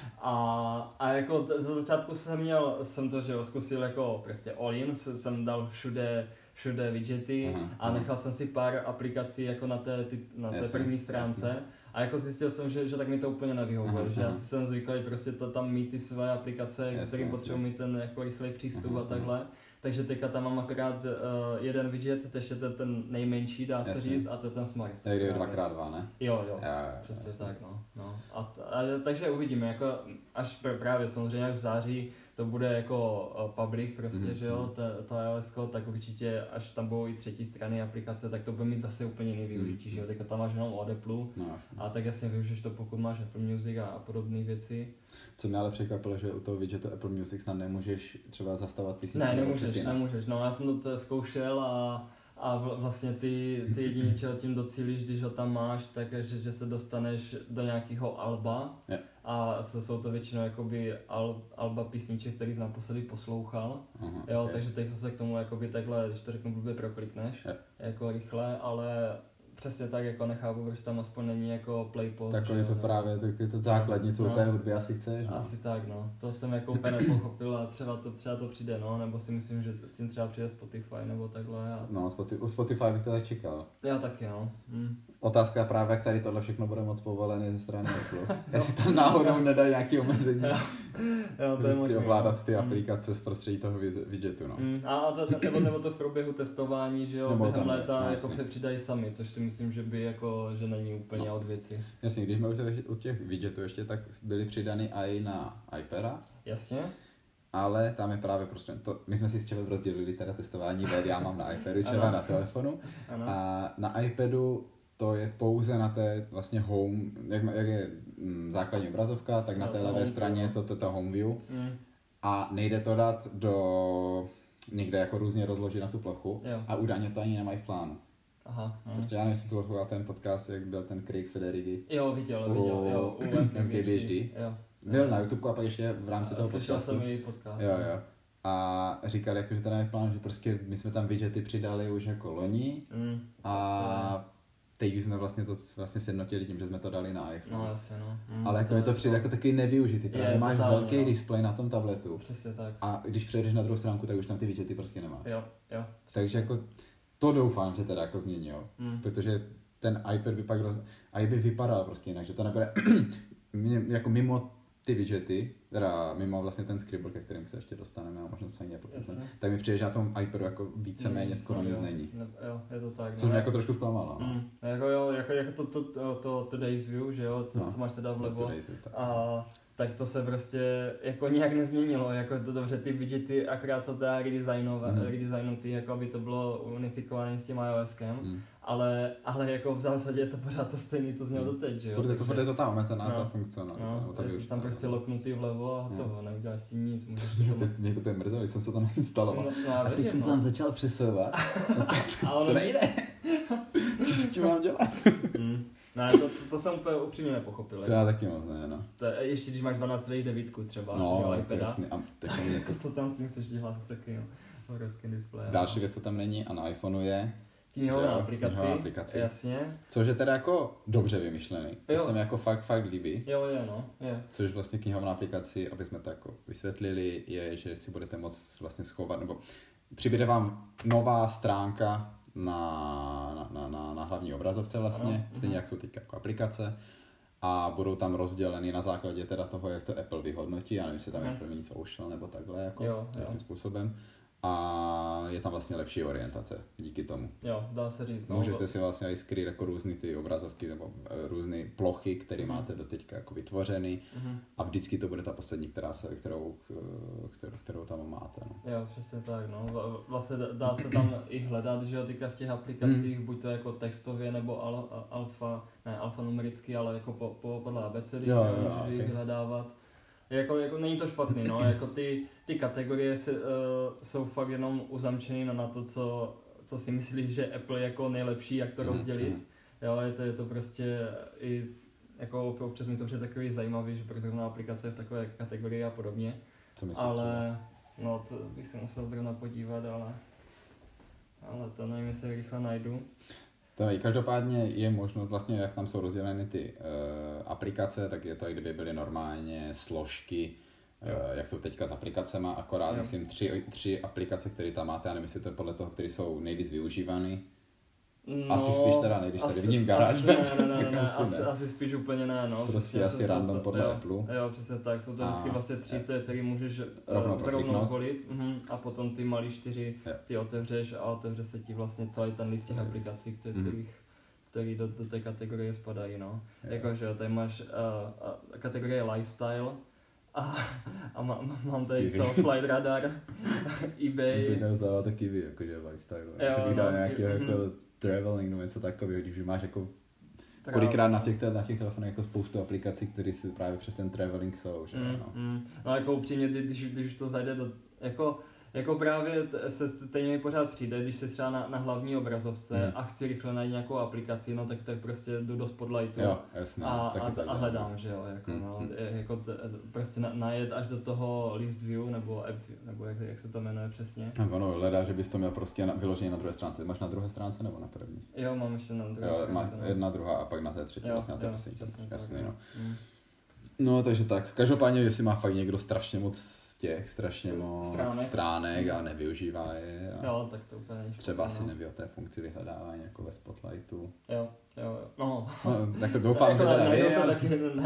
S2: A jako za začátku jsem to, že zkusil jako prostě all-in, jsem dal všude widgety a nechal jsem si pár aplikací jako na té první stránce a jako zjistil jsem, že tak mi to úplně nevyhovuje, že já si jsem zvyklý prostě tam mít ty své aplikace, kterým potřebuji mít ten jako rychlej přístup a takhle. Takže teďka tam mám akorát jeden widget, to ještě ten nejmenší, dá se říct, a to je ten Smart Stack.
S1: Takže 2x2, ne?
S2: Jo, přesně tak, no. Takže uvidíme, jako až právě samozřejmě až v září to bude jako public prostě, že jo, to iOS-ko, tak určitě až tam budou i třetí strany aplikace, tak to bude mít zase úplně jiný využití, že jo, teďka tam máš jenom od Apple a tak jasně využiješ to, pokud máš Apple Music a podobné věci.
S1: Co mě ale překvapilo, že u toho widgetu Apple Music snad nemůžeš třeba zastavovat písničky.
S2: Ne, nemůžeš, no já jsem to zkoušel a vlastně ty jedině čeho tím docílíš, když ho tam máš, tak že se dostaneš do nějakého alba a jsou to většinou jakoby alba písniček, který jsi naposledy poslouchal, takže teď se k tomu jakoby takhle, když to řeknu blbě, proklikneš jako rychle, ale přesně tak, jako nechápu, protože tam aspoň není jako play post.
S1: Takové to právě, je to základní, co u té hudby asi chceš.
S2: Asi tak, no. To jsem jako úplně nepochopil a třeba to přijde, no, nebo si myslím, že s tím třeba přijde Spotify nebo takhle.
S1: No, u Spotify bych to tak čekal.
S2: Já taky, no.
S1: Otázka je právě, jak tady tohle všechno bude moc povolené ze strany Apple. Jestli tam náhodou nedají nějaké omezení.
S2: Jo, to je možné.
S1: Ovládat ty aplikace z prostředí toho widgetu, no.
S2: Nebo to v průběhu testování, že jo, během léta jako přidají sami, což si myslím, že by jako, že není úplně od věci.
S1: Jasně, když jsme u těch widgetů ještě, tak byly přidány i na iPada.
S2: Jasně.
S1: Ale tam je právě prostě to, my jsme si s Čevem rozdělili teda testování ver, já mám na iPadu, Čeva na telefonu. Ano. A na iPadu to je pouze na té vlastně home, jak je základní obrazovka, tak na té levé straně je to home view. A nejde to dát do někde jako různě rozložit na tu plochu. A údajně to ani nemají v plánu.
S2: Aha.
S1: Protože já nevím, jestli poslouchal ten podcast, jak byl ten Craig Federighi.
S2: Jo, viděl, u
S1: MKBHD.
S2: Jo.
S1: Byl na YouTube a pak ještě v rámci toho podcastu.
S2: Slyšel jsem její podcast.
S1: Jo. A říkal, jako, že to je plán, že prostě my jsme tam widgety přidali už jako loni a teď už jsme vlastně to sjednotili tím, že jsme to dali na iPhone.
S2: No jasně, no.
S1: Ale jako je to přijde jako takový nevyužitý, protože máš velký displej na tom tabletu.
S2: Přesně tak.
S1: A když přejdeš na druhou stránku, tak už tam ty widgety prostě nemáš.
S2: Jo.
S1: Takže jako to doufám, že teda jako změní, jo. Protože ten iPad by pak iPad vypadal prostě jinak, že to nebude jako mimo ty widgety, teda mimo vlastně ten Scribble, ke kterým se ještě dostaneme a možná psaní nepodpisem, tak mi přijde, že na tom iPadu jako víceméně skoro nic není.
S2: Jo, je to tak.
S1: Což mě jako trošku zklamalo.
S2: Jako to Today's View, že jo, to, co máš teda vlevo. A tak to se prostě jako nějak nezměnilo, jako to dobře, ty widgety akorát jsou teda redesignutý, jako aby to bylo unifikované s tím iOSkem, ale jako v zásadě je to pořád to stejné, co jsi měl doteď, že jo.
S1: Furt je to tam omezená ta funkce,
S2: je to tam prostě loknutý vlevo a hotovo, neuděláš s tím nic.
S1: Mě to mrzelo, když jsem se to nainstaloval. A teď jsem to tam začal přesouvat. To nejde. Co s tím mám dělat?
S2: Ne, to jsem úplně upřímně nepochopil.
S1: To já taky moc ne, no.
S2: Ještě když máš 12,9 třeba,
S1: no,
S2: iPada,
S1: jasný.
S2: Jako co tam s tím chceš dělat, taky obrovský displej.
S1: Další věc, co tam není a na iPhoneu je
S2: knihovna aplikaci. Jasně.
S1: Což je teda jako dobře vymyšlený. To se mi jako fakt líbí.
S2: Jo, je.
S1: Což vlastně knihovna aplikaci, aby jsme to jako vysvětlili, je, že si budete moct vlastně schovat, nebo přibude vám nová stránka na hlavní obrazovce vlastně, stejně jak jsou teď jako aplikace a budou tam rozděleny na základě teda toho, jak to Apple vyhodnotí, já nevím, jestli tam je první social nebo takhle, jako nějakým způsobem. A je tam vlastně lepší orientace díky tomu.
S2: Jo, dá se říct.
S1: Můžete si vlastně i skrýt jako různý ty obrazovky nebo různé plochy, které máte doteďka jako vytvořeny a vždycky to bude ta poslední, kterou tam máte. No.
S2: Jo, přesně tak, no. Vlastně dá se tam i hledat, že jo, teďka v těch aplikacích, buď to jako textově nebo alfanumericky, ale jako podle abecedy, že můžeš jich vyhledávat. Jako není to špatný, no, jako ty kategorie jsou fakt jenom uzamčený na to, co si myslíš, že Apple je jako nejlepší, jak to rozdělit. Jo, je to prostě i jako občas mi to přijde takový zajímavý, že pro zrovna aplikace je v takové kategorii a podobně.
S1: Co myslíš?
S2: Ale no, to bych se musel zrovna podívat, ale to nevím, jestli rychle najdu.
S1: Každopádně je možnost, vlastně jak tam jsou rozděleny ty aplikace, tak je to, i kdyby byly normálně složky, jak jsou teďka s aplikacema, akorát myslím tři aplikace, které tam máte, já nevím, jestli to je podle toho, které jsou nejvíc využívaný. No, asi spíš teda ne, když tady vidím GarageBand.
S2: Asi spíš úplně ne, no.
S1: Prostě asi random podle Apple.
S2: Jo, přesně tak, jsou to vždycky vlastně 3, které můžeš rovnou zvolit a potom ty malý 4 ty otevřeš a otevře se ti vlastně celý ten list těch aplikací, který do té kategorie spadají, no. Jakože tady máš kategorie lifestyle, a mám tady co, Flight Radar, eBay.
S1: To mě rozdává taky vy, jakože lifestyle. Jo, vydá nějakého jako traveling nebo něco takového, když máš jako kolikrát na těch telefonech jako spoustu aplikací, které si právě přes ten traveling jsou, že
S2: No jako upřímně, když to zajde do, jako právě se stejně mi pořád přijde, když se třeba na hlavní obrazovce a chci rychle najít nějakou aplikaci, no tak prostě jdu do Spotlightu a hledám, že jo, jako prostě najet až do toho list view nebo app view, nebo jak se to jmenuje přesně.
S1: Ono hledá, že bys to měl prostě vyloženě na druhé stránce. Máš na druhé stránce nebo na první?
S2: Jo, mám ještě na druhé stránce.
S1: Máš jedna, druhá a pak na té třetí, vlastně na té poslední. Jasně, no. No, takže tak. Každopádně, jestli má fakt někdo strašně moc stránek a nevyužívá je.
S2: Jo, tak to úplně není.
S1: Třeba asi neví o té funkci vyhledávání jako ve Spotlightu.
S2: Jo. No
S1: tak to doufám, že teda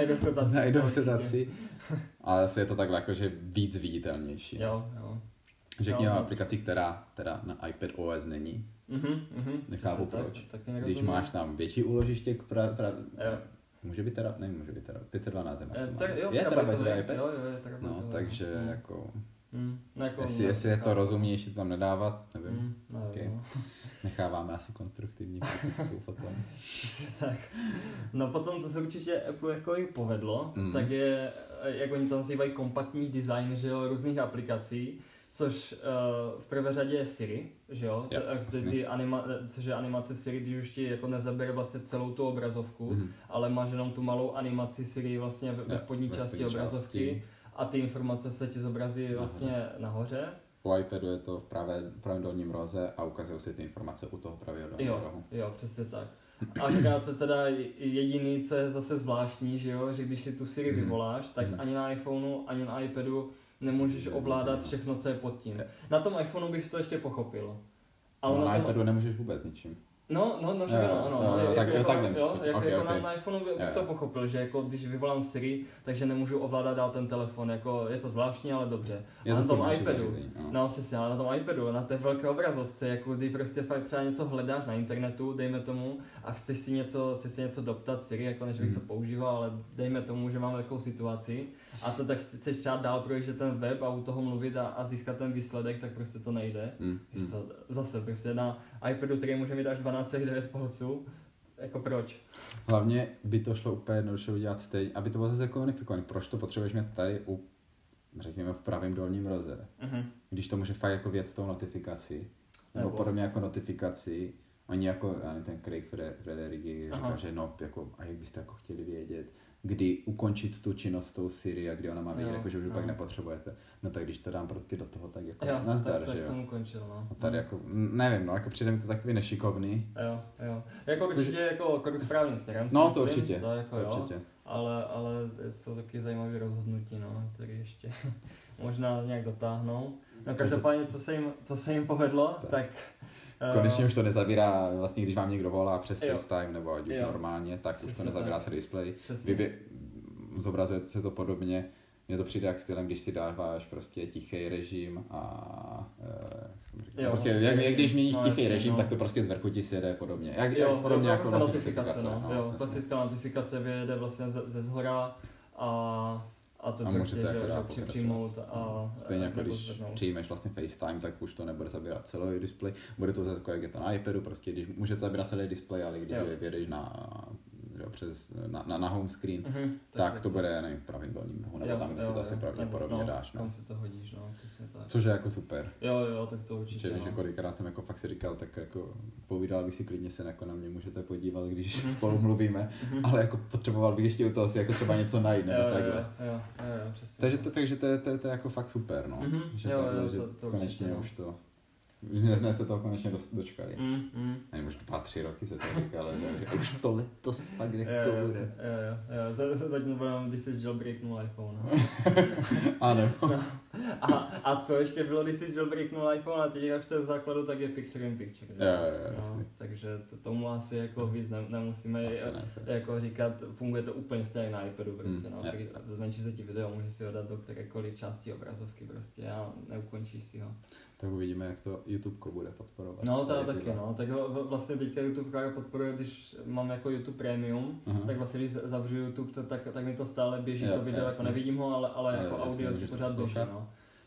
S2: najdou se
S1: taci. Ale asi je to takhle jakože víc viditelnější.
S2: Jo.
S1: Řekni o aplikaci, která teda na iPad OS není. Nechápu proč. Když máš tam větší úložiště může být teda, nemůže být teda, 512 je terabajtový iPad?
S2: Jo, je terabajtový.
S1: No, takže jako... jestli je to rozumnější tam nedávat, nevím. Okay. Necháváme asi konstruktivní kritickou potom.
S2: Tak. No potom, co se určitě Apple jako i povedlo, tak je, jak oni to nazývají, kompaktní design, že jo, různých aplikací, což v prvé řadě je Siri, že jo, což je animace Siri, když už ti jako nezabere vlastně celou tu obrazovku, ale máš jenom tu malou animaci Siri vlastně ve spodní části obrazovky a ty informace se ti zobrazí vlastně nahoře.
S1: U iPadu je to v pravém dolním roze a ukazují se ty informace u toho pravého dolního rohu.
S2: Jo, přesně tak. Akorát to teda jediný, co je zase zvláštní, že jo, že když si tu Siri vyvoláš, tak ani na iPhoneu, ani na iPadu nemůžeš ovládat všechno, co je pod tím. Na tom iPhoneu bych to ještě pochopil.
S1: Ale na iPadu nemůžeš vůbec ničím.
S2: No, na iPhoneu bych to pochopil, že jako když vyvolám Siri, takže nemůžu ovládat dál ten telefon, jako je to zvláštní, ale dobře. A na tom iPadu, přesně, ale na tom iPadu, na té velké obrazovce, jako kdy prostě fakt třeba něco hledáš na internetu, dejme tomu, a chceš si něco doptat Siri, jako než bych to používal, ale dejme tomu, že mám takovou situaci a to tak chceš třeba dál projíždět ten web a u toho mluvit a získat ten výsledek, tak prostě to nejde. Zase prostě na iPadu, který může mít až 12,9 palců, jako proč?
S1: Hlavně by to šlo úplně jednoduše udělat stejně, aby to bylo zase komunifikované. Proč to potřebuješ mít tady řekněme v pravém dolním roze, když to může fakt jako vědět tou notifikací, nebo podobně jako notifikaci. Oni jako, ten Craig Federighi říká, že no, jako, a jak byste jako chtěli vědět, kdy ukončit tu činnost tou Siri a kdy ona má vědět, jako, že už pak nepotřebujete. No tak když to dám prostě do toho, tak jako nazdar, že jo.
S2: Jsem ukončil, no.
S1: A tady jako, nevím, no, jako přijde mi to takový nešikovný.
S2: Jo. Jako určitě jako krok správným směrem.
S1: No to určitě,
S2: to jako
S1: určitě.
S2: Ale jsou taky zajímavé rozhodnutí, no, které ještě možná nějak dotáhnou. No každopádně, co se jim povedlo, tak
S1: konečně už to nezabírá, vlastně když vám někdo volá přes FaceTime nebo ať už normálně, tak už to nezabírá celý display. Zobrazuje se to podobně, mně to přijde jak stylem, když si dáváš prostě tichý režim a prostě jak když měníš tichý režim, tak to prostě z vrchu ti si jede podobně. Podobně jako vlastně notifikace.
S2: Klasická notifikace vyjede vlastně ze zhora a to
S1: můžete jako
S2: přijmout a
S1: stejně jako když přijmeš vlastně FaceTime, tak už to nebude zabírat celý displej. Bude to takové, jak je to na iPadu, prostě když můžete zabírat celý displej, ale když vyjedeš na home screen, tak to bude, nevím, v pravým dolním rohu, nebo tam, kde si to asi pravděpodobně dáš.
S2: Kam si to hodíš, no, přesně tak.
S1: Což je jako super.
S2: Jo, tak to určitě.
S1: Že kolikrát jsem jako fakt si říkal, tak jako povídal bych si klidně se jako na mě můžete podívat, když spolu mluvíme, ale jako potřeboval bych ještě u toho si jako třeba něco najít, nebo takhle.
S2: Jo, přesně.
S1: Takže to je jako fakt super, no. Že to konečně určitě, už to... Jsme se toho konečně dočkali. Nevím, už 2-3 roky se to říkalo, že už to letos fakt jako bude.
S2: Jo. Zatím budeme, když jsi jailbreaknul iPhone.
S1: Ano.
S2: A co ještě bylo, když jsi jailbreaknul iPhone a teď až to je v základu, tak je picture in picture.
S1: Jasně.
S2: Takže tomu asi jako víc nemusíme jako říkat, funguje to úplně stejně na iPadu prostě. Zmenší se ti video, můžeš si ho dát do kterékoliv části obrazovky prostě a neukončíš si ho.
S1: Tak uvidíme, jak to YouTube bude podporovat.
S2: No to taky, no. Tak vlastně teďka YouTube podporuje, když mám jako YouTube Premium, tak vlastně když zavřu YouTube, tak mi to stále běží to video, jako nevidím ho, ale jako audio ti pořád běží, no.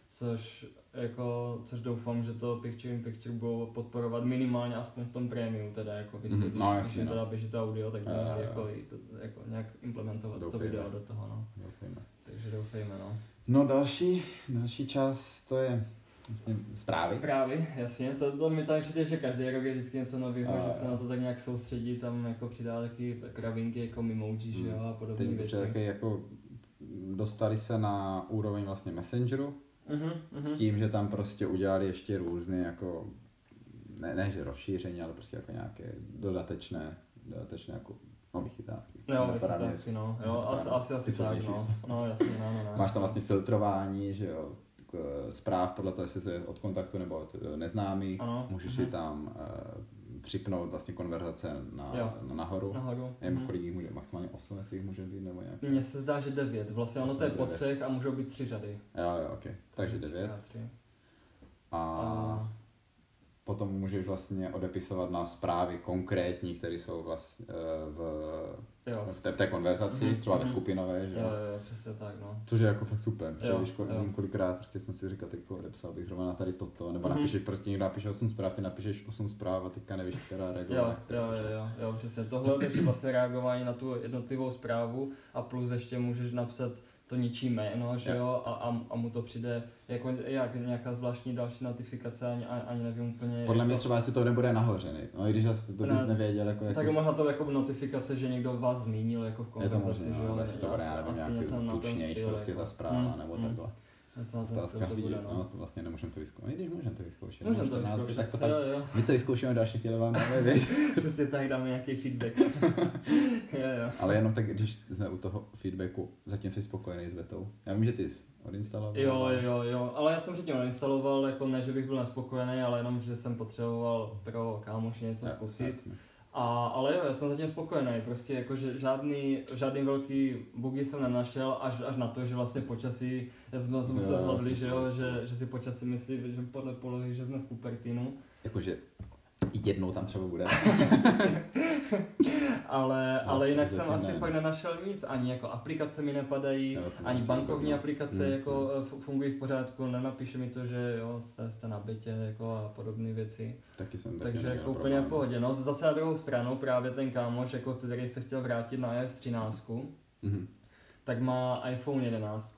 S2: Což doufám, že to Picture in Picture budou podporovat minimálně aspoň v tom Premium, teda jako když teda běží to audio, tak by měli jako nějak implementovat to video do toho, no.
S1: Doufejme.
S2: Takže doufejme, no.
S1: No další část to je vlastně zprávy,
S2: jasně, to mi tam přijde, že každý rok je vždycky něco nového, že se na to tak nějak soustředí, tam jako přidá taky kravinky jako Memoji, že jo, a podobné věci.
S1: Teď jako dostali se na úroveň vlastně Messengeru, s tím, že tam prostě udělali ještě různé jako, ne že rozšíření, ale prostě jako nějaké dodatečné jako vychytávky.
S2: Vychytávky, no. Asi tak, no, jasně, no.
S1: Máš tam vlastně filtrování, že jo, zpráv podle toho, jestli to je od kontaktu nebo od neznámých. Můžeš si tam připnout vlastně konverzace nahoru. Nevím, kolik jich může, maximálně 8, jestli jich může být nebo nějak.
S2: Mně se zdá, že 9. Vlastně ono to je po 3 a můžou být 3 řady.
S1: Jo, ok. Takže 9. a potom můžeš vlastně odepisovat na zprávy konkrétní, které jsou vlastně v té konverzaci, třeba ve skupinové, že?
S2: Jo, přesně tak, no.
S1: Což je jako fakt super, protože víš, kolikrát prostě jsem si říkal, jako odepsal bych zrovna na tady toto, nebo napíšeš prostě někdo napíše 8 zpráv, ty napíšeš 8 zpráv a teďka nevíš, která reaguje.
S2: Jo, přesně, tohle je vlastně reagování na tu jednotlivou zprávu a plus ještě můžeš napsat to ničí jméno, že jo, a mu to přijde jako nějaká zvláštní další notifikace, ani nevím úplně.
S1: Podle mě třeba asi to nebude nahoře, no i když to bys nevěděl. Jako
S2: tak možná to jako notifikace, že někdo vás zmínil jako v konverzaci, že jo.
S1: Asi to bude, já nevím, nějaký tučnější prostě ta zpráva, nebo takhle.
S2: Otázka chodí,
S1: no to vlastně nemůžeme to vyzkoušet. I když můžeme to vyzkoušet.
S2: Můžeme to vyzkoušet,
S1: tak to fakt, my to vyzkoušíme další chvíli vám dáme, víš.
S2: Přesně tak, dáme nějaký feedback. jo.
S1: Ale jenom tak, když jsme u toho feedbacku, zatím jsi spokojený s betou. Já vím, že ty jsi odinstaloval.
S2: Jo, ale já jsem předtím odinstaloval, jako ne, že bych byl nespokojený, ale jenom, že jsem potřeboval pro kámoši něco zkusit. Jasně. Ale jo, já jsem zatím spokojený, prostě jako, že žádný velký bugy jsem nenašel, až na to, že vlastně počasí, já jsme se shodli, že jo, že si počasí myslí, že podle polohy, že jsme v Cupertinu.
S1: Jakože jednou tam třeba bude.
S2: ale jinak jsem asi fakt nenašel nic, ani jako aplikace mi nepadají, ani bankovní aplikace jako fungují v pořádku, nenapíše mi to, že jo, jste na betě jako a podobné věci. Takže jako úplně v pohodě. No zase na druhou stranu právě ten kámoš, jako který se chtěl vrátit na iOS 13, tak má iPhone 11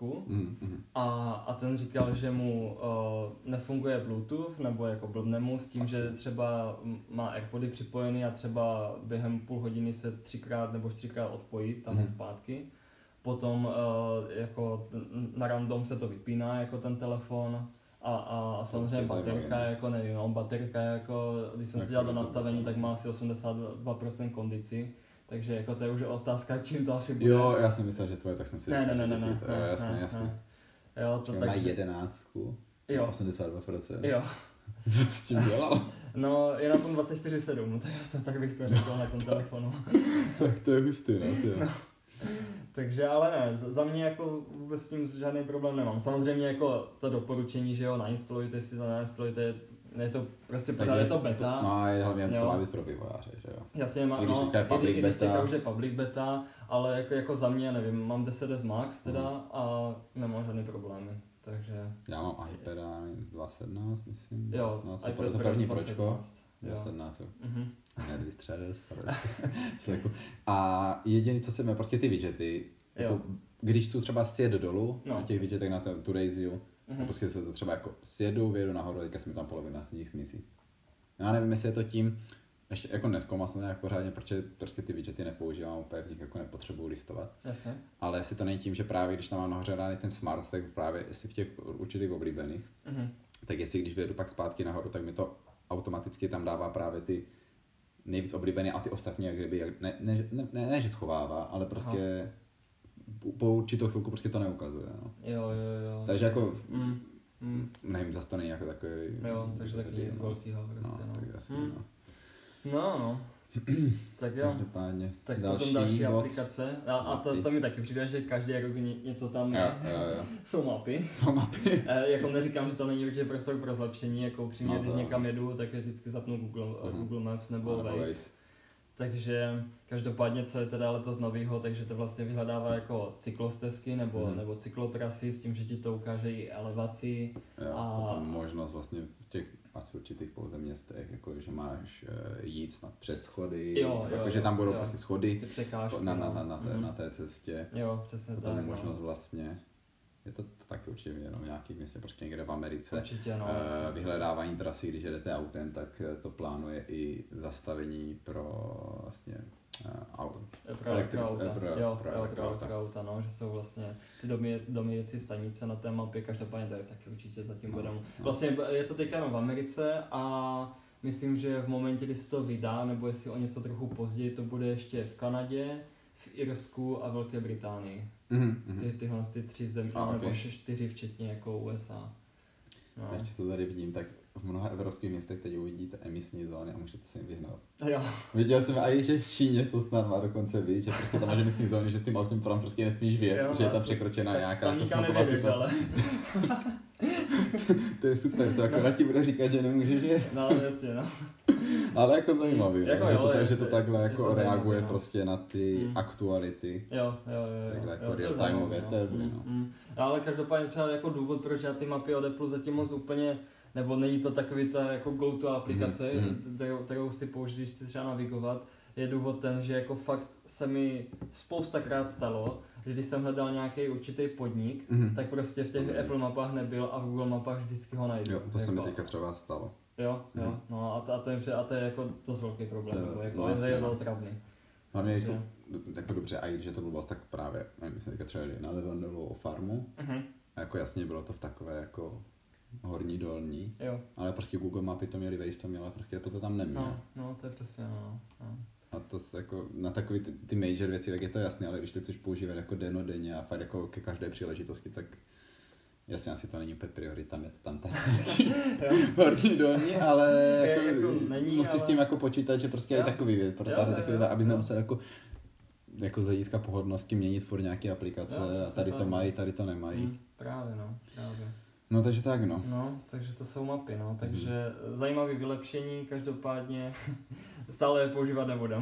S2: a ten říkal, že mu nefunguje Bluetooth, nebo jako blbne mu s tím, že třeba má AirPody připojený a třeba během půl hodiny se 3x nebo 4x odpojí tam zpátky. Potom jako na random se to vypíná jako ten telefon a samozřejmě baterka, jako nevím, baterka jako, když jsem si dělal do nastavení, tak má asi 82% kondici. Takže jako to je už otázka, čím to asi bude.
S1: Jo, já jsem myslel, že tvoje, tak jsem si...
S2: Ne.
S1: Jasně.
S2: Jo, to tak.
S1: Má 11,
S2: jo.
S1: 82%.
S2: Jo.
S1: Co s tím dělal?
S2: No, je na tom 24/7, tak bych to řekl na tom telefonu.
S1: Tak to je hustý, no.
S2: Takže ale ne, za mě jako vůbec s tím žádný problém nemám. Samozřejmě jako to doporučení, že jo, nainstalujte si to, nainstalujte, je to prostě pořád je to beta.
S1: No, je hlavně to má být pro vývojáře, že jo.
S2: Jasně, i když teďka už je public beta, ale jako za mě, nevím, mám 10S Max teda a nemám žádný problémy, takže...
S1: Já mám iPada 2.17, myslím.
S2: Jo,
S1: iPad to první pročko. 2.17. Ne, 2.3. A jediné, co jsem měl, prostě ty widgety, jako, když chci třeba sjet dolů na těch widgetech na Today's View, prostě se to třeba jako sjedu, vyjedu nahoru, teďka jsem tam polovina z nich smísí. Já nevím, jestli je to tím, ještě jako nezkoumal jsem nějak pořádně, protože prostě ty widgety nepoužívám, úplně v nich jako nepotřebuji listovat.
S2: Jasně. Ale
S1: jestli to není tím, že právě když tam mám nahoře rány ten smart, tak právě jestli v těch určitých oblíbených, tak jestli když vyjedu pak zpátky nahoru, tak mi to automaticky tam dává právě ty nejvíc oblíbené a ty ostatní, jak kdyby, ne, že schovává, ale prostě po určitou chvilku prostě to neukazuje, no.
S2: Jo.
S1: Takže jako, nevím, zase to není jako takový...
S2: Jo, takže taky nic velkýho prostě, no.
S1: Tak jasně,
S2: No. Tak jo.
S1: Každopádně.
S2: Tak potom další aplikace. A to mi taky přijde, že každý rok něco tam je.
S1: Jo.
S2: Jsou mapy. Jako neříkám, že to není určitě prostor pro zlepšení, jako upřímně, když někam jedu, tak vždycky zapnu Google Maps nebo Waze. Takže každopádně, co je teda letos novýho, takže to vlastně vyhledává jako cyklostezky nebo cyklotrasy s tím, že ti to ukáže i elevaci.
S1: A potom možnost vlastně v těch asi určitých pouze městech, jako že máš jít snad přes schody, jakože tam budou prostě schody na té cestě.
S2: Jo, přesně tak.
S1: Tam je možnost vlastně, je to taky určitě jenom nějakých městě, prostě někde v Americe.
S2: Určitě, no,
S1: vyhledávání trasy, když jedete autem, tak to plánuje i zastavení pro vlastně
S2: elektroauta, no, že jsou vlastně ty domíjecí stanice na té mapě, každopádně tady taky určitě zatím budou. Vlastně je to teďka jenom v Americe a myslím, že v momentě, kdy se to vydá, nebo jestli o něco trochu později, to bude ještě v Kanadě, v Irsku a Velké Británii. Tyhle ty 3 země, nebo 4 včetně jako USA.
S1: No. Ještě co tady vidím, tak v mnoha evropských městech teď uvidíte emisní zóny a můžete se jim vyhnout.
S2: Jo.
S1: Viděl jsem i, že v Číně to snad má dokonce být, že prostě tam máš emisní zóny, že s tím autem tam prostě nesmíš vyjet, že je tam překročená nějaká
S2: smoková situace.
S1: To to je super, to akorát ti bude říkat, že nemůžeš jet.
S2: No, jasně, no.
S1: Ale jako zajímavý,
S2: jako
S1: no?
S2: jo,
S1: že to takhle jako
S2: to
S1: reaguje
S2: zajímavý, no.
S1: prostě na ty aktuality.
S2: Jo.
S1: Takhle jako
S2: real-timeové
S1: table, no.
S2: Ale každopádně třeba jako důvod, proč já ty mapy od Apple zatím moc úplně, nebo není to takový ta jako go-to aplikace, kterou si použít, když chci třeba navigovat, je důvod ten, že jako fakt se mi spoustakrát stalo, že když jsem hledal nějaký určitý podnik, tak prostě v těch Apple mapách nebyl a v Google mapách vždycky ho najdu.
S1: Jo, to se mi teďka třeba stalo.
S2: Jo, no a to je jako dost velký problém, je to otravný.
S1: Hlavně jako dobře, a i když je to blbost, tak právě, nevím, jsem teďka třeba na Levandelovou farmu, a jako jasně bylo to v takové jako horní, dolní, ale prostě Google mapy to měly Waze to měla, prostě to tam nemělo.
S2: No, to je přesně, no.
S1: A to se jako, na takový ty major věci, tak je to jasné, ale když to chceš používat jako denně a fakt jako ke každé příležitosti, tak jasně asi to není úplně priorita, mě to tam tak horní, dolní, ale jako není, musí ale... s tím jako počítat, že prostě je takový věc, aby nemusel jako z hlediska pohodlnosti měnit furt nějaké aplikace a tady to mají, tady to nemají.
S2: Právě.
S1: No takže tak, no.
S2: No, takže to jsou mapy, no, takže zajímavé vylepšení, každopádně stále je používat nebudem.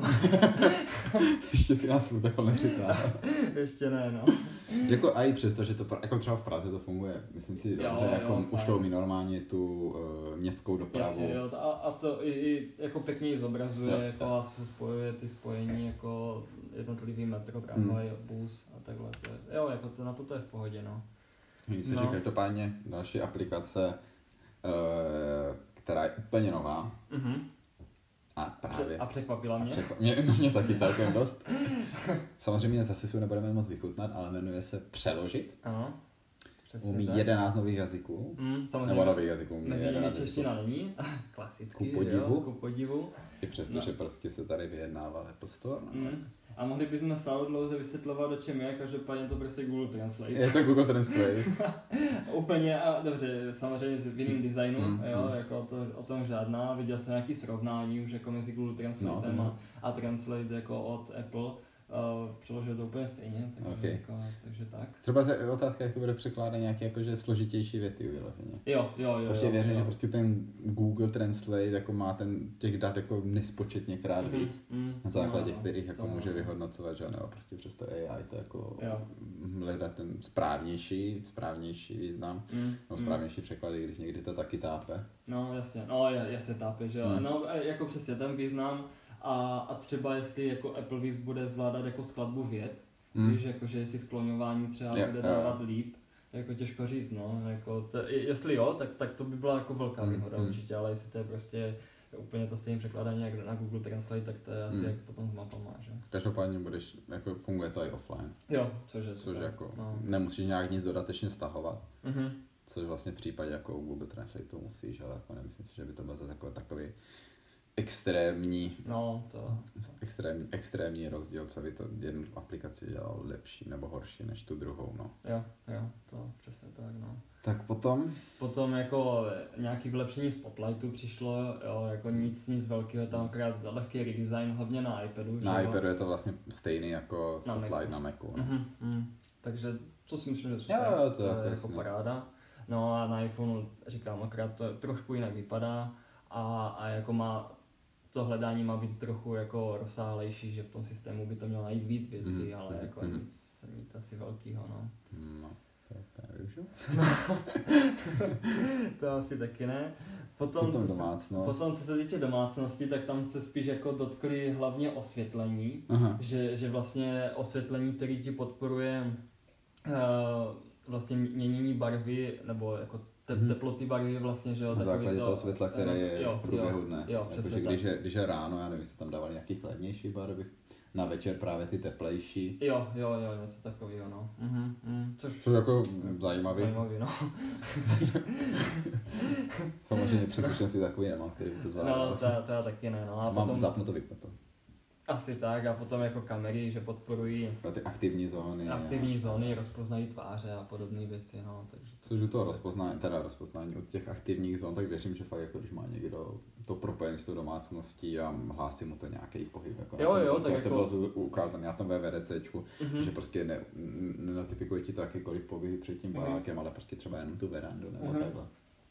S1: Ještě si nás telefon nepřikládá.
S2: Ještě ne, no.
S1: Jako a i přesto, že to jako třeba v Praze to funguje, myslím si, že jako už to umí normálně tu městskou dopravu.
S2: Jasně, jo, a to i jako pěkně zobrazuje, jako a spojuje ty spojení, jako jednotlivý metro, tramvaj, bus a takhle. Jo, jako to, na to je v pohodě, no.
S1: Nic se říká, každopádně další aplikace, která je úplně nová. A právě.
S2: A překvapila mě.
S1: Mě taky celkem dost. Samozřejmě zase si nebudeme moc vychutnat, ale jmenuje se Přeložit.
S2: Ano.
S1: Umí 11 nových jazyků. Nebo nových jazyků.
S2: Mezi nimi čeština není. Klasicky. Ku podivu.
S1: I přesto, že prostě se tady vyjednává Apple Store.
S2: A mohli bychom sále dlouze vysvětlovat, o čem je, každopádně to prostě Google Translate.
S1: Je to Google Translate.
S2: Úplně a dobře, samozřejmě v jiným designu, jako to, o tom žádná, viděl jsem nějaký srovnání už jako mezi Google Translatem a Translate jako od Apple. Přeložil to úplně stejně, takže tak.
S1: Třeba je otázka, jak to bude překládat nějaké jakože složitější věty vyloženě.
S2: Jo.
S1: Prostě věřím, že prostě ten Google Translate jako má těch dat jako nespočetněkrát víc, na základě kterých jako může vyhodnocovat, že nebo prostě přes to AI to jako hledat ten správnější význam, nebo správnější překlady, když někdy to taky tápe.
S2: No jasně tápe, že jo. No jako přesně ten význam. A třeba jestli jako Apple Viz bude zvládat jako skladbu vět, víš, jakože jestli skloňování třeba bude dávat líp, jako těžko říct, no, jako jestli jo, tak to by byla jako velká výhoda určitě, ale jestli to je prostě úplně to stejné překládání jak na Google Translate, tak to je asi jak potom s mapama, že?
S1: Každopádně jako funguje to i offline.
S2: Jo, což
S1: jako nemusíš nějak nic dodatečně stahovat. Což vlastně v případě jako Google Translate to musíš, ale jako nemyslím si, že by to byl takový extrémní rozdíl, co by to jednu aplikaci dělal lepší nebo horší než tu druhou, no.
S2: Jo, to přesně tak, no.
S1: Tak potom
S2: jako nějaký vylepšení Spotlightu přišlo, jo, jako nic velkého, tam akorát lehký redesign, hlavně na iPadu.
S1: Na iPadu je to vlastně stejný jako Spotlight na Macu, no.
S2: Takže to si myslím, že super, to je jako paráda. No a na iPhoneu říkám, akorát to trošku jinak vypadá a jako to hledání má být trochu jako rozsáhlejší, že v tom systému by to mělo najít víc věcí, ale jako nic asi velkýho, no.
S1: No, to nevyužiju.
S2: To asi taky ne. Potom co se týče domácnosti, tak tam se spíš jako dotkli hlavně osvětlení, že vlastně osvětlení, který ti podporuje vlastně měnění barvy, nebo jako teploty barvy vlastně, že jo.
S1: Na základě toho světla, které je průběhodné.
S2: Jo, přesně tak.
S1: Když je ráno, já nevím, jestli tam dávali nějaký chladnější barvy, na večer právě ty teplejší.
S2: Jo, něco takového, no.
S1: Což jako zajímavý.
S2: No.
S1: Samozřejmě přesvědčenství takový nemám, který by to zvládal.
S2: No, to já taky ne, no. A
S1: mám
S2: potom...
S1: zapnuto, vypnuto.
S2: Asi tak, a potom jako kamery, že podporují
S1: ty aktivní
S2: zóny, rozpoznají tváře a podobné věci, no, takže
S1: což u toho rozpoznání od těch aktivních zón, tak věřím, že fakt jako když má někdo to propojení s tou domácností a hlásí mu to nějaký pohyb, jako
S2: tak
S1: to bylo ukázané na tom VVDCčku, že prostě nenotifikuje ti to jakýkoliv pohyby před tím barákem, ale prostě třeba jenom tu verandu nebo takhle.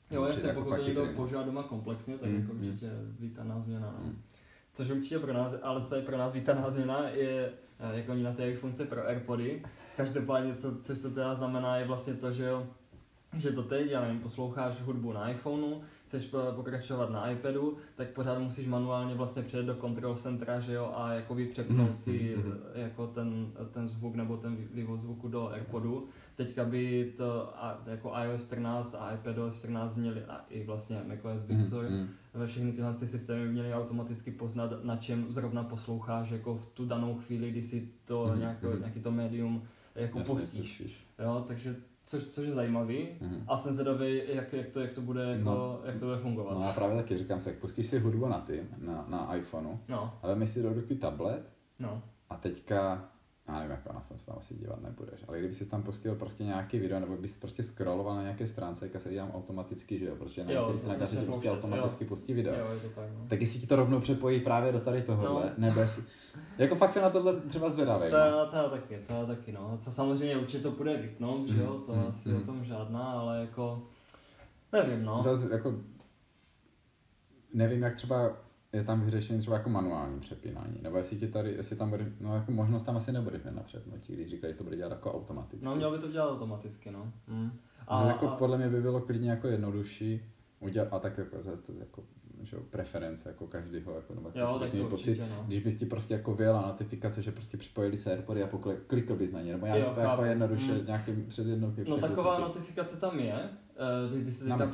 S2: Jo, jasně, pokud to někdo používá doma komplexně, tak jako určitě vítaná změna. No. Což určitě pro nás, ale co je pro nás vítaná změna, je, jak oni nazývají funkce pro AirPody. Každopádně, což to teda znamená, je vlastně to, že to teď, já nevím, posloucháš hudbu na iPhoneu, chceš pokračovat na iPadu, tak pořád musíš manuálně vlastně přijet do control centra, že jo, a jakoby přepnout si jako ten zvuk nebo ten vývod zvuku do AirPodu. Teďka by to jako iOS 14 a iPadOS 14 měli, a i vlastně macOS Big Sur, ve všechny tyhle systémy by měly automaticky poznat, na čem zrovna posloucháš jako v tu danou chvíli, kdy si to nějaký to médium jako pustíš. Jo, takže což je zajímavý a jsem zvědavý, jak to bude fungovat.
S1: No a právě taky říkám si, jak pustíš si hudbu na iPhoneu, ale my si do ruky tablet a teďka, já nevím, jak na tom se tam asi dívat nebudeš, ale kdyby si tam pustil prostě nějaký video, nebo bys prostě scrolloval na nějaké stránce, jak se dělám automaticky, že jo, protože na některých stránkách se ti prostě automaticky pustí video.
S2: Jo, je to tak, no.
S1: Tak jestli ti to rovnou přepojí právě do tady tohohle, nebo jestli... Jako fakt se na tohle třeba zvědavej.
S2: To taky, no. Co samozřejmě určitě to půjde vypnout, že jo, to asi o tom žádná, ale jako... Nevím, no.
S1: Zase jako... Nevím, jak třeba je tam vyřešený třeba jako manuální přepínání, nebo jestli tam bude, no jako možnost tam asi nebude hned na přepnutí, když říkají, že to bude dělat jako automaticky.
S2: No mělo by to dělat automaticky, no.
S1: Podle mě by bylo klidně jako jednodušší udělat, a tak jako že preference jako každýho, jako, nebo
S2: jo,
S1: pocit,
S2: no.
S1: Když bys ti prostě jako vyjela notifikace, že prostě připojili se AirPody a klikl bys na ně, nebo jako jednoduše nějakým přes jednou
S2: No taková notifikace tam je, když se teďka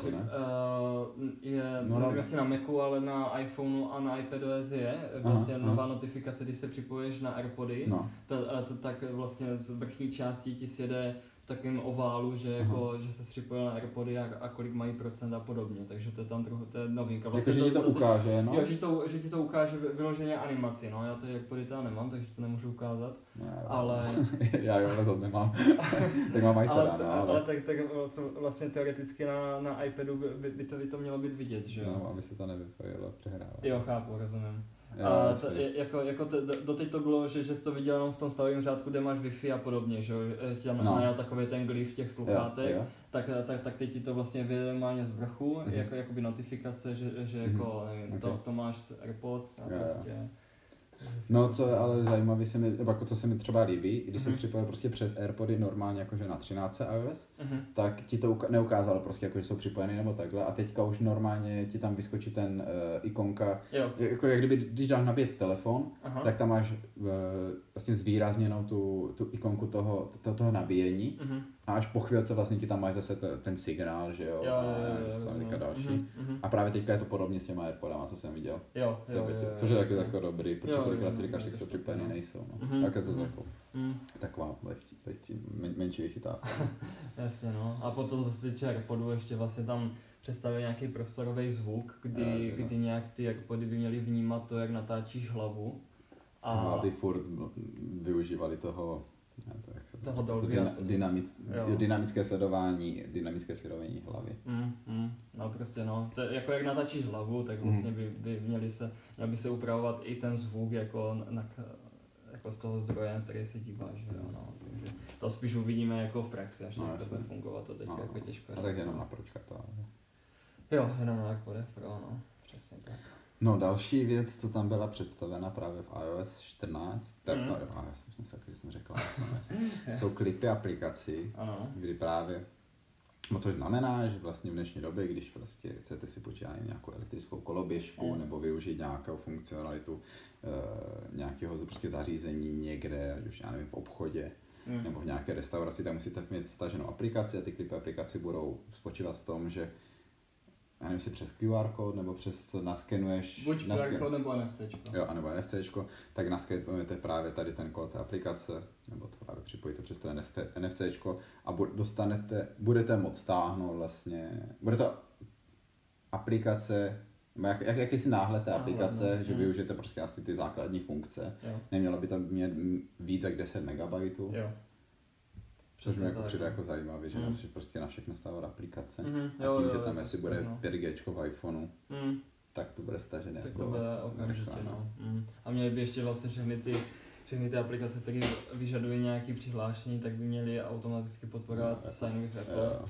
S2: nevím jestli na Macu, ale na iPhoneu a na iPadOS je vlastně nová notifikace, když se připoješ na AirPody, tak vlastně z vrchní části ti sjede v takovém oválu, že jako, že se připojil na AirPody a kolik mají procent a podobně, takže to je tam trochu, to je novinka.
S1: Vlastně jako, že ti to ukáže, no?
S2: Jo, že ti to ukáže vyloženě animaci, no, já to AirPody teda nemám, takže to nemůžu ukázat,
S1: no,
S2: ale...
S1: já jo, ale zase nemám, tak mám iPada, no,
S2: ale tak vlastně teoreticky na iPadu by to mělo být vidět, že jo?
S1: No, aby se to nevypojilo, přehrává.
S2: Jo, chápu, rozumím. Doteď to bylo, že jsi to viděl jenom v tom stavovém řádku, kde máš Wi-Fi a podobně, že ještě tam najel takový ten glyf těch sluchátek, tak teď ti to vlastně vyjde normálně z vrchu, jakoby notifikace, že jako, nevím, to máš z AirPods a prostě...
S1: No, co je ale zajímavé, jako co se mi třeba líbí, když jsem připojil prostě přes AirPody normálně jakože na 13 iOS, tak ti to neukázalo prostě jako, že jsou připojeny nebo takhle a teďka už normálně ti tam vyskočí ten ikonka, jako jak kdyby, když dáš nabít telefon, tak tam máš vlastně zvýrazněnou tu ikonku toho nabíjení a až po chvílce vlastně ti tam máš zase ten signál, že jo, a další. A právě teďka je to podobně s těma AirPodama, co jsem viděl. Což je taky jako dobrý, protože kolikrát si říkáš, že jsou připojený, nejsou. No. Tak je to taková menší vychytávka.
S2: Jasně, no. A potom zase ty AirPodů ještě vlastně tam představuje nějaký prostorový zvuk, kdy nějak ty AirPody by měly vnímat to, jak natáčíš hlavu.
S1: Aby furt využívali toho dynamické sledování hlavy.
S2: No prostě no, jako jak natáčíš hlavu, tak vlastně by měl by se upravovat i ten zvuk jako z toho zdroje, na který se díváš, že jo, no, takže to spíš uvidíme jako v praxi, až to bude fungovat, to teďka jako těžko.
S1: A tak jenom na pročka to.
S2: Jo, jenom na AirPodech Pro, no, přesně tak.
S1: No další věc, co tam byla představena právě v iOS 14, že jsem řekl, jsou klipy aplikací, kdy právě, což znamená, že vlastně v dnešní době, když vlastně chcete si počítat nějakou elektrickou koloběžku nebo využít nějakou funkcionalitu nějakého prostě zařízení někde, ať už já nevím, v obchodě nebo v nějaké restauraci, tak musíte mít staženou aplikaci a ty klipy aplikací budou spočívat v tom, že já nevím, si přes QR kód, nebo přes co naskenuješ...
S2: Buď QR kód nebo NFCčko.
S1: Jo, nebo NFCčko, tak naskenujete právě tady ten kód té aplikace, nebo to právě připojíte přes to NFCčko a budete moct stáhnout vlastně, bude to aplikace, jakýsi náhled té aplikace, že využijete prostě asi ty základní funkce. Jo. Nemělo by to mít víc jak 10 MB. Jo. Což mi jako přijde jako zajímavý, že nemusíš prostě na všechno stávat aplikace. A tím, že tam jestli bude 5G v iPhoneu, tak to bude stažené.
S2: Tak to bude okamžitě, no. A měly by ještě vlastně všechny ty aplikace, které vyžadují nějaké přihlášení, tak by měly automaticky podporovat Sign with Apple.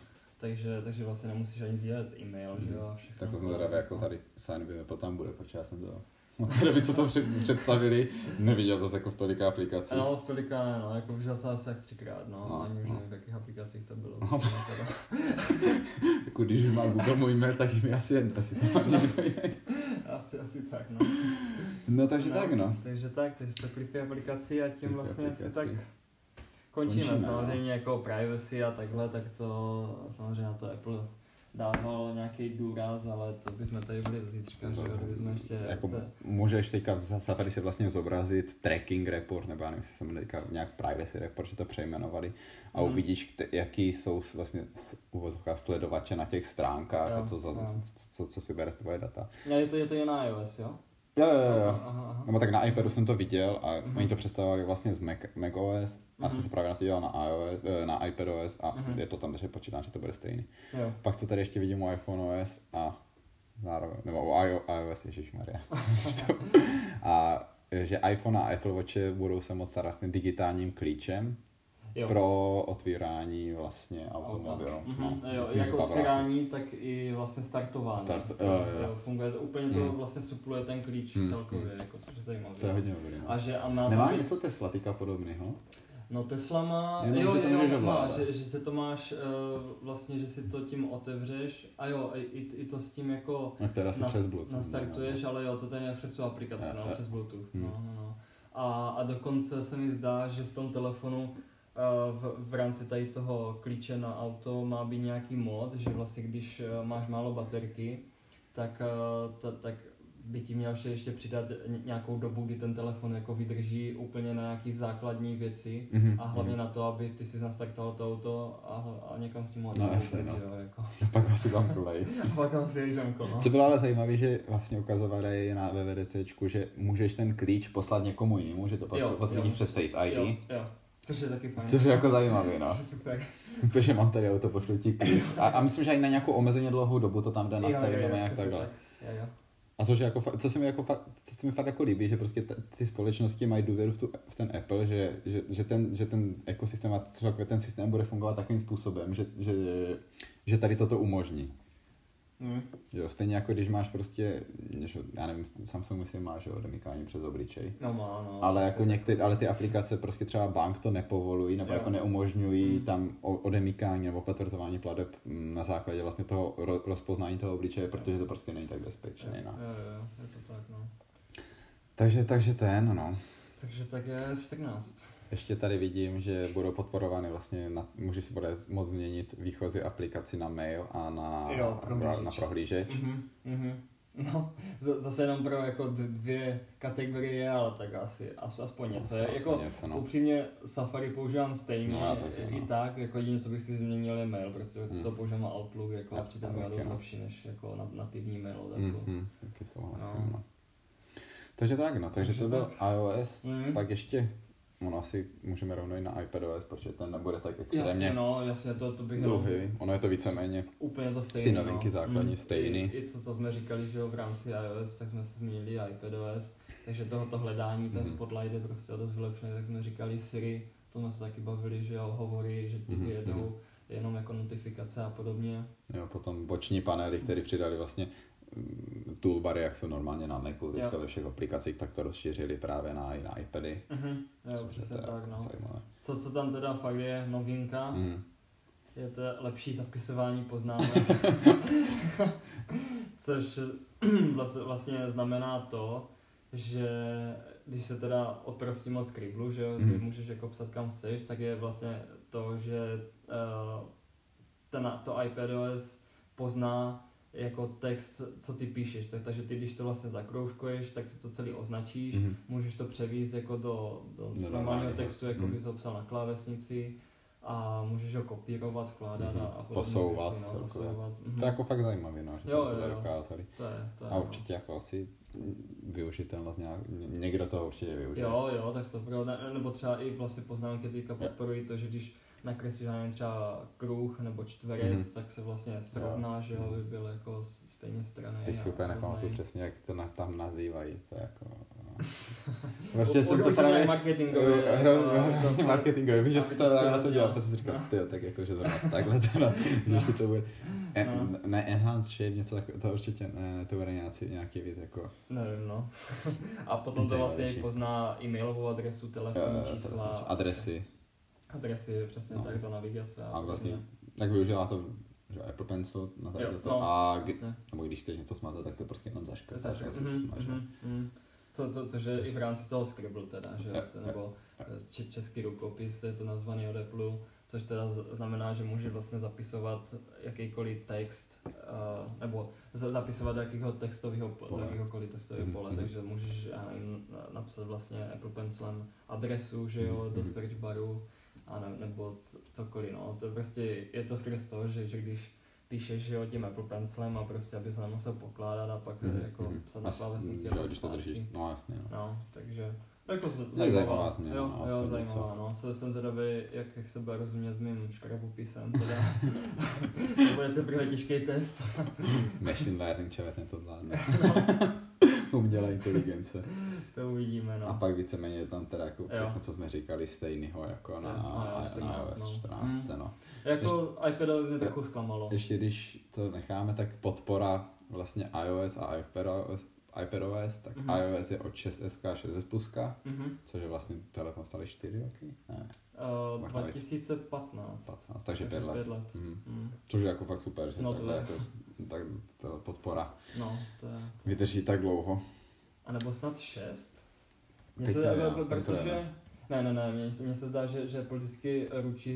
S2: takže vlastně nemusíš ani sdílet e-mail, že jo, všechno.
S1: Tak to jsem zvědavý, jak to tady Sign tam bude, protože já jsem to co to představili, neviděl zase jako v tolika aplikacích.
S2: No, v tolika ne, no, jako viděl jsem asi jak 3krát, no, ani už nevím, v jakých aplikacích to bylo.
S1: No. Jako když mám Google můj e-mail, tak jim asi to má někdo jiný.
S2: Asi tak, no.
S1: No, takže tak, no.
S2: Takže se klikuje aplikaci a tím vlastně asi tak končíme. Samozřejmě jako privacy a takhle, tak to samozřejmě na to Apple dával nějaký důraz, ale to bychom tady byli do zítřka, že jo, kdybychom ještě
S1: jako můžeš teďka v Safari se vlastně zobrazit tracking report, nebo já nevím, jestli se jmenuje nějak privacy report, že to přejmenovali a uvidíš, jaký jsou vlastně uvozovkách sledovače na těch stránkách a co si bere tvoje data.
S2: Je to jen na iOS, jo?
S1: Jo. Aha. Nebo tak na iPadu jsem to viděl a oni to představovali vlastně z macOS. Já jsem se právě na to dělal na iPadOS a je to tam, takže počítám, že to bude stejný. Jo. Pak co tady ještě vidím u iPhoneOS a zároveň, nebo u iOS, ježišmarja. A že iPhone a Apple Watche budou se moct starat vlastně digitálním klíčem. Jo. Pro otvírání vlastně automobilu.
S2: Jak otvírání, tak i vlastně startování. Funguje to úplně, to vlastně supluje ten klíč celkově, jako, což je zajímavé.
S1: To je hodně dobrý.
S2: Nemá
S1: něco Tesla týka podobného?
S2: No Tesla má, že se to máš vlastně, že si to tím otevřeš a jo, i to s tím jako nastartuješ, ale jo, to tady je přes tu aplikaci, přes Bluetooth. No. A dokonce se mi zdá, že v tom telefonu v rámci tady toho klíče na auto má být nějaký mod, že vlastně když máš málo baterky, tak by ti měl ještě přidat nějakou dobu, kdy ten telefon jako vydrží úplně na nějaký základní věci a hlavně na to, aby ty si nastartoval to auto a někam s tím mohl jako.
S1: Pak ho si zamkl.
S2: Pak ho si zamkl, no.
S1: Co bylo ale zajímavé, že vlastně ukazovali na WWDCčku, že můžeš ten klíč poslat někomu jinému, že to potvrdíš přes Face ID.
S2: Jo. Což je taky fajn.
S1: Což je jako zajímavý, no.
S2: Super.
S1: Protože mám tady auto, pošlu ti klíč. A myslím, že i na nějakou omezeně dlouhou dobu to tam jde nastavit nebo nějak takhle.
S2: Jo.
S1: A což jako, co se mi fakt jako líbí, že prostě ty společnosti mají důvěru v ten Apple, že ten ekosystém a celkově ten systém bude fungovat takovým způsobem, že tady toto umožní. Jo, stejně jako když máš prostě, já nevím, Samsung myslím má, že odemykání přes obličej.
S2: No.
S1: Ale jako ale ty aplikace prostě třeba bank to nepovolují, nebo jako neumožňují tam odemykání nebo potvrzování plateb na základě vlastně toho rozpoznání toho obličeje, protože to prostě není tak bezpečné.
S2: Jo, je to tak, no.
S1: Takže
S2: Takže tak je 14.
S1: Ještě tady vidím, že budou podporovány vlastně, můžeš si bude moct změnit výchozí aplikaci na mail a na prohlížeč.
S2: No, zase jenom pro jako 2 kategorie, ale tak asi aspoň něco. Upřímně Safari používám stejně, tak, jako jediné, co bych si změnil je mail, prostě to používám na Outlook, jako a přitom je dost lepší než jako nativní mail.
S1: Taky souhlasím, no. Takže tak, takže to byl iOS, pak ještě asi můžeme rovnou i na iPadOS, protože ten nebude tak extrémně
S2: jasně, to bych
S1: dlouhý. Ono je to víceméně
S2: úplně to stejné.
S1: Ty novinky základní stejný.
S2: I co jsme říkali, že v rámci iOS, tak jsme se zmínili iPadOS, takže tohoto hledání, ten Spotlight je prostě dost vylepšený, tak jsme říkali Siri, to jsme se taky bavili, že hovory, že ti vyjedou jenom jako notifikace a podobně.
S1: Jo, potom boční panely, které přidali vlastně toolbary, jak jsou normálně na Macu, teďka ve všech aplikacích, tak to rozšířili právě na iPady.
S2: Jo, přesně tak, no. Co tam teda fakt je novinka, je to lepší zapisování poznámek, což vlastně znamená to, že když se teda odprostím od Scribblu, že jo, ty můžeš jako psat kam chceš, tak je vlastně to, že to iPadOS pozná jako text, co ty píšeš, takže ty, když to vlastně zakroužkuješ, tak si to celý označíš, můžeš to převízt jako do normálního textu, jako bys ho psal na klávesnici a můžeš ho kopírovat, vkládat a
S1: posouvat. To je jako fakt zajímavé, že to dokázali.
S2: To je,
S1: a určitě jako asi využitelnost nějak, někdo to určitě využije.
S2: Jo, tak to nebo třeba i vlastně poznámky teďka podporují to, že když nakreslíš třeba kruh nebo čtverec, tak se vlastně srovná, že ho by byl jako stejně strany.
S1: Teď si úplně nepamatuju přesně, jak to tam nazývají, to je jako... Prostě jsem to právě
S2: marketingový,
S1: marketingový, víš, že se to právě na to dělal, protože si říkal, tyjo, tak jako, že zrovna takhle teda, že to bude, ne enhanced shape, něco takového, to určitě ne, to bude nějaký věc jako.
S2: Nevím, no. A potom to vlastně pozná e-mailovou adresu, telefonní čísla.
S1: Adresy,
S2: přesně tak, do navigace.
S1: A vlastně, tak využívá to, že Apple Pencil na tady to, nebo když chceš něco smazat, tak to prostě jenom zaškrtáš, to smaže.
S2: Což je i v rámci toho Scribble teda, že? Nebo český rukopis je to nazvaný od Apple, což teda znamená, že můžeš vlastně zapisovat jakýkoliv text, nebo zapisovat jakýkoliv textového pole, takže můžeš napsat vlastně Apple Pencilem adresu, že jo, do search baru, nebo cokoliv, no. To prostě je to skrz toho, že když píšeš, že jo, tím Apple Pencilem a prostě, aby se nemusel pokládat a pak jako psat na klávesnici.
S1: Jo, když to držíš, no jasně.
S2: No, takže jako zajímavá změna. Jo, zajímavá, no. Jsem zvědavý, jak se bude rozumět s mým škrabopisem, teda. To bude teprve těžký test.
S1: Machine learning člověk to zvládne. Umělá inteligence.
S2: To uvidíme, no.
S1: A pak víceméně tam teda jako všechno, co jsme říkali, stejného jako na 14, no.
S2: Jako iPadOS mě trochu zklamalo.
S1: Ještě když to necháme, tak podpora vlastně iOS a iPadOS, tak iOS je od 6S a 6S Pluska, což je vlastně telefon starý 4 roky? Ne.
S2: 2015.
S1: 15, takže 5 let. Což je jako fakt super, že takhle jako tak podpora vydrží tak dlouho. A nebo
S2: snad 6? Mně se zdá, že Apple vždycky ručí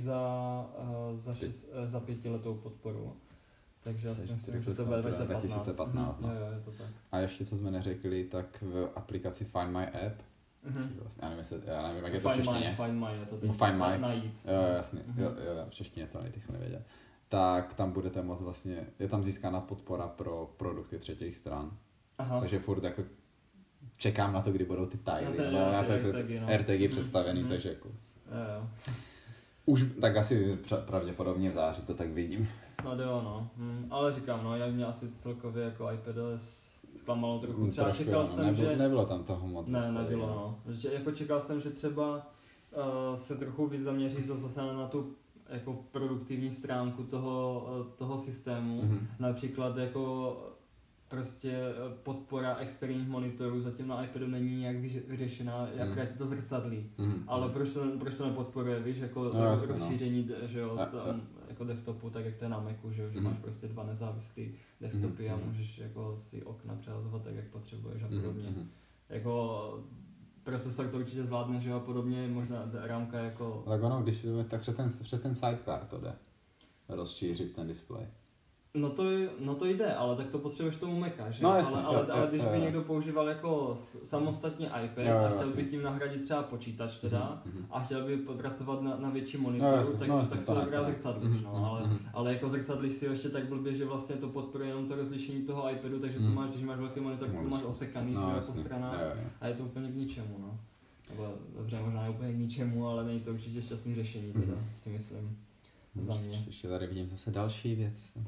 S2: za 5letou podporu. Takže já si myslím, že to bude 2015.
S1: No. Jo, je to tak. A ještě co jsme neřekli, tak v aplikaci Find My App, já nevím, jak je to v češtině.
S2: Find My je to teď.
S1: Find My.
S2: Najít.
S1: Jo, jasně. Jo, v češtině to nejde, jsem nevěděl. Tak tam budete moct vlastně, je tam získána podpora pro produkty třetích stran. Aha. Takže furt jako čekám na to, kdy budou ty tily, na ty AirTagy představený, takže jako.
S2: Jo.
S1: Už tak asi pravděpodobně v září to tak vidím.
S2: Snad jo, no. Ale říkám, no, jak mě asi celkově jako iPadOS zklamalo trochu. Třeba
S1: trošku,
S2: čekal jsem, že...
S1: Nebylo tam toho moc.
S2: Nebylo, no. Jako čekal jsem, že třeba se trochu víc zaměří zase na tu jako produktivní stránku toho systému. Například jako prostě podpora externích monitorů zatím na iPadu není nějak vyřešená, jak to zrcadlí. Ale proč to nepodporuje, víš, jako rozšíření, že jo, tam, jako desktopu, tak jak to je na Macu, že máš prostě 2 nezávislý desktopy a můžeš jako si okna přehazovat tak, jak potřebuješ a podobně. Jako procesor to určitě zvládne, že jo, a podobně, možná rámka jako...
S1: Tak ono, když tak přes ten sidecar to jde rozšířit ten displej.
S2: No to jde, ale tak to potřebuješ tomu Maca, že?
S1: No, jasně,
S2: ale když by někdo používal jako samostatně iPad a chtěl by tím nahradit třeba počítač teda a chtěl by pracovat na větší monitoru, tak se dobrá zrcadlíš, ale jako zrcadlíš si ještě tak blbě, že vlastně to podporuje jenom to rozlišení toho iPadu, takže to máš, když máš velký monitor, to máš osekaný po stranách a je to úplně k ničemu, no. Nebo dobře, možná je úplně k ničemu, ale není to určitě šťastný řešení teda, si myslím. Za mě.
S1: Ještě tady vidím zase další věc.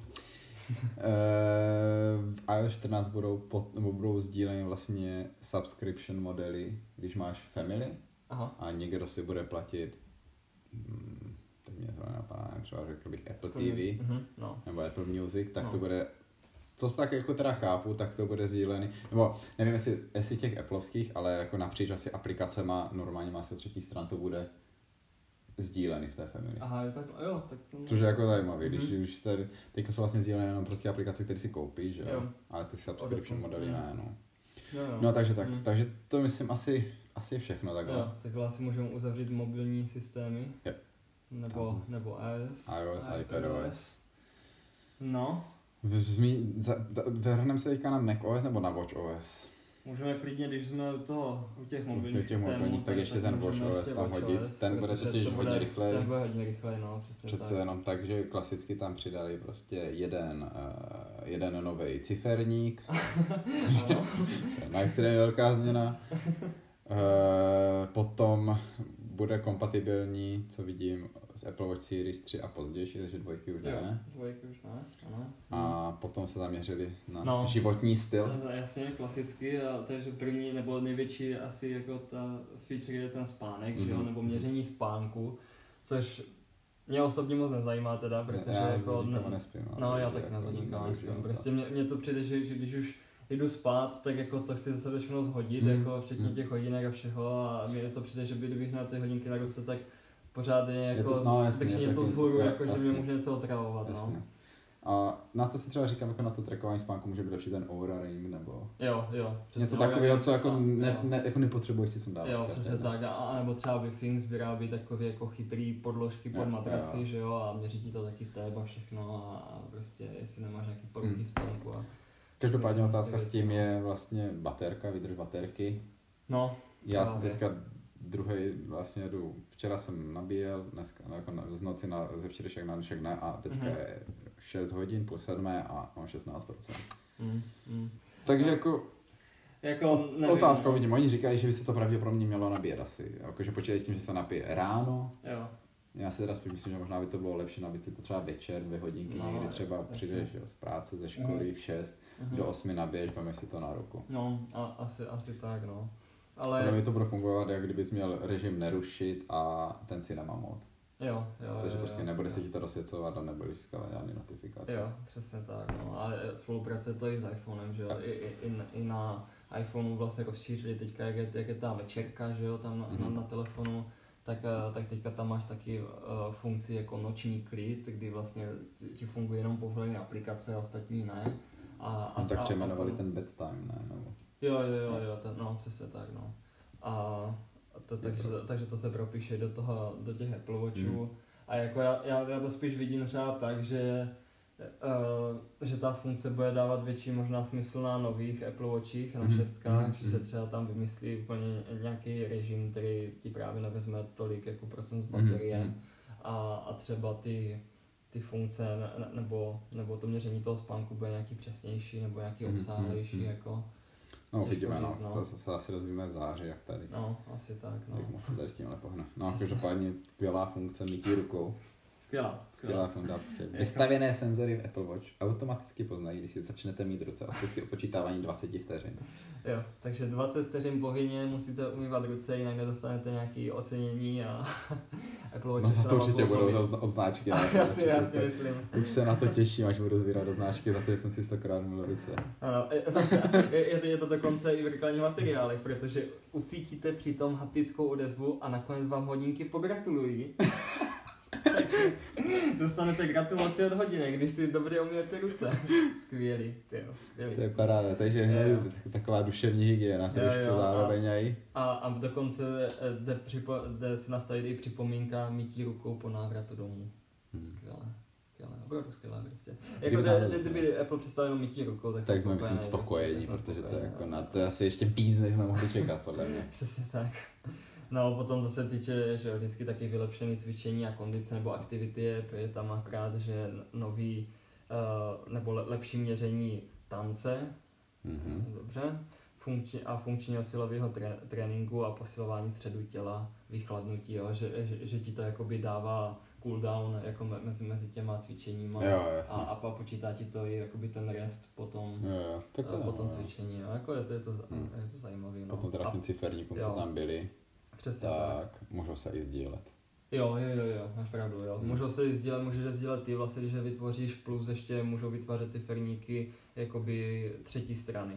S1: V iOS 14 budou sdíleny vlastně subscription modely, když máš family.
S2: Aha.
S1: A někdo si bude platit, teď mě to nenapadá, třeba řekl bych Apple TV nebo Apple Music, tak to bude, co tak jako teda chápu, tak to bude sdílený, nebo nevím jestli těch Appleovských, ale jako napříč asi aplikacema, normálně má se třetí stran, to bude sdílený v té family.
S2: Aha, tak jo, tak to...
S1: Což je jako zajímavý, když tady, teďka jsou vlastně sdílené jenom prostě aplikace, které si koupíš, že jo? Ale ty subscription modely ne, no.
S2: No,
S1: takže tak, takže to myslím asi všechno takhle.
S2: Jo, takhle asi můžeme uzavřít mobilní systémy.
S1: Jo.
S2: Nebo
S1: iOS, iPadOS.
S2: No.
S1: Vrhneme se teďka na macOS nebo na watchOS?
S2: Můžeme klidně, když jsme u těch mobilních systémů,
S1: tak ještě ten watchOS tam hodit, ten bude totiž hodně rychlej.
S2: Ten bude hodně rychlej, no, přesně tak.
S1: Jenom tak, že klasicky tam přidali prostě jeden nový ciferník, na extrémně velká změna. Potom bude kompatibilní, co vidím, z Apple Watch Series 3 a později, takže dvojky už ne.
S2: Dvojky už ne, ano.
S1: A potom se zaměřili na životní styl.
S2: Jasně, klasicky, takže první nebo největší asi jako ta feature je ten spánek, že jo, nebo měření spánku, což mě osobně moc nezajímá teda, protože
S1: já
S2: jako...
S1: nespím.
S2: Já taky na zadníkama nespím. Prostě mě to přijde, že když už jdu spát, tak jako to chci zase všechno zhodit, jako včetně těch hodinek a všeho a mně to přijde, že kdybych měl ty hodinky na ruce, tak pořádně jako takže něco vzhůru, jako že mě může něco otravovat, no.
S1: A na to si třeba říkám, jako na to trackování spánku může být lepší ten Oura Ring, nebo
S2: jo,
S1: něco takového, co jako, jako nepotřebuješ si sundávat.
S2: Jo, přesně tak, a nebo třeba Withings vyrábí takové jako chytrý podložky pod matraci, že jo, a měří ti to taky teb a všechno a prostě jestli nemáš nějaký poruchy spánku a...
S1: Každopádně otázka s tím je vlastně baterka, výdrž baterky.
S2: No,
S1: já jsem teďka druhý vlastně jdu, včera jsem nabíjel, dneska jako z noci ze včerejšek na dnešek ne a teďka je 6 hodin plus 7 a mám 16%. Takže jako nevím, otázka uvidím, oni říkají, že by se to pravděpodobně mělo nabíjet asi, jakože počítají s tím, že se napije ráno.
S2: Jo.
S1: Já si teda spíš myslím, že možná by to bylo lepší nabít to třeba večer, 2 hodinky, někdy třeba přijdeš z práce, ze školy v 6, do 8 nabiješ, vemeš si to na ruku.
S2: No, asi tak, no. Ale...
S1: Podle mě to bude fungovat, jak kdybys měl režim nerušit a ten cinema mod.
S2: Jo.
S1: Takže prostě nebude se ti to rozsvěcovat a nebudeš získávat žádný notifikace.
S2: Jo, přesně tak, no. A spolupracuje to i s iPhonem, že jo. I na iPhoneu vlastně rozšířili teďka, jak je ta večerka, že jo, tam na telefonu. Tak teďka tam máš taky funkci jako noční klid, kdy vlastně ti funguje jenom povolené aplikace a ostatní ne.
S1: Tak přejmenovali ten bedtime, ne? Nebo...
S2: Jo, no přesně tak, no. Takže to se propíše do těch Apple Watchů. A jako já to spíš vidím třeba tak, že ta funkce bude dávat větší možná smysl na nových Apple Watchích, na 6, že třeba tam vymyslí úplně nějaký režim, který ti právě nevezme tolik jako procent z baterie a třeba ty funkce nebo to měření toho spánku bude nějaký přesnější nebo nějaký obsáhlejší jako.
S1: No uvidíme, to se asi dozvíme v září, jak tady.
S2: No, asi tak, no.
S1: Jak moc tady s tím nepohne. No, každopádně skvělá funkce mytí rukou. Skvělá funkce. Vystavěné senzory v Apple Watch automaticky poznají, když si začnete mít ruce a zkusky odpočítávání 20 vteřin.
S2: Jo, takže 20 vteřin povinně musíte umývat ruce, jinak nedostanete nějaké ocenění a Apple Watch.
S1: No za to určitě budou odznáčky.
S2: Já si myslím.
S1: Už se na to těším, až budu sbírat odznáčky za to, jak jsem si 100krát myl ruce.
S2: Ano, je to dokonce i v reklamních materiálech, protože ucítíte přitom haptickou odezvu a nakonec vám hodinky pogratulují. Takže dostanete gratulaci od hodinek, když si dobře umyjete ruce. Skvělý.
S1: To je paráda, takže taková duševní hygiena, trošku zároveň aj.
S2: A dokonce jde si nastavit i připomínka mytí rukou po návratu domů. Skvělé. Opravdu skvělé prostě. Jako kdyby Apple představil jenom mytí rukou, tak
S1: jsme myslím spokojení, protože to je jako to je asi ještě víc, než jsme mohli čekat, podle mě.
S2: Přesně tak. No potom zase týče, že vždycky taky vylepšený cvičení a kondice nebo aktivity je tam akorát, že nový nebo lepší měření tance, dobře, funkčního silového tréninku a posilování středu těla, vychladnutí, jo, že ti to jakoby dává cooldown jako mezi těma cvičeníma a počítá ti to i jakoby ten rest potom cvičení, no, jako je to zajímavý. No.
S1: Potom teda těm ciferníkům, co tam byli.
S2: Přesně
S1: tak. Můžou se i sdílet.
S2: Jo, máš pravdu, jo. Můžou se i sdílet, můžeš sdílet ty vlastně, když je vytvoříš, plus ještě můžou vytvářet ciferníky jakoby třetí strany.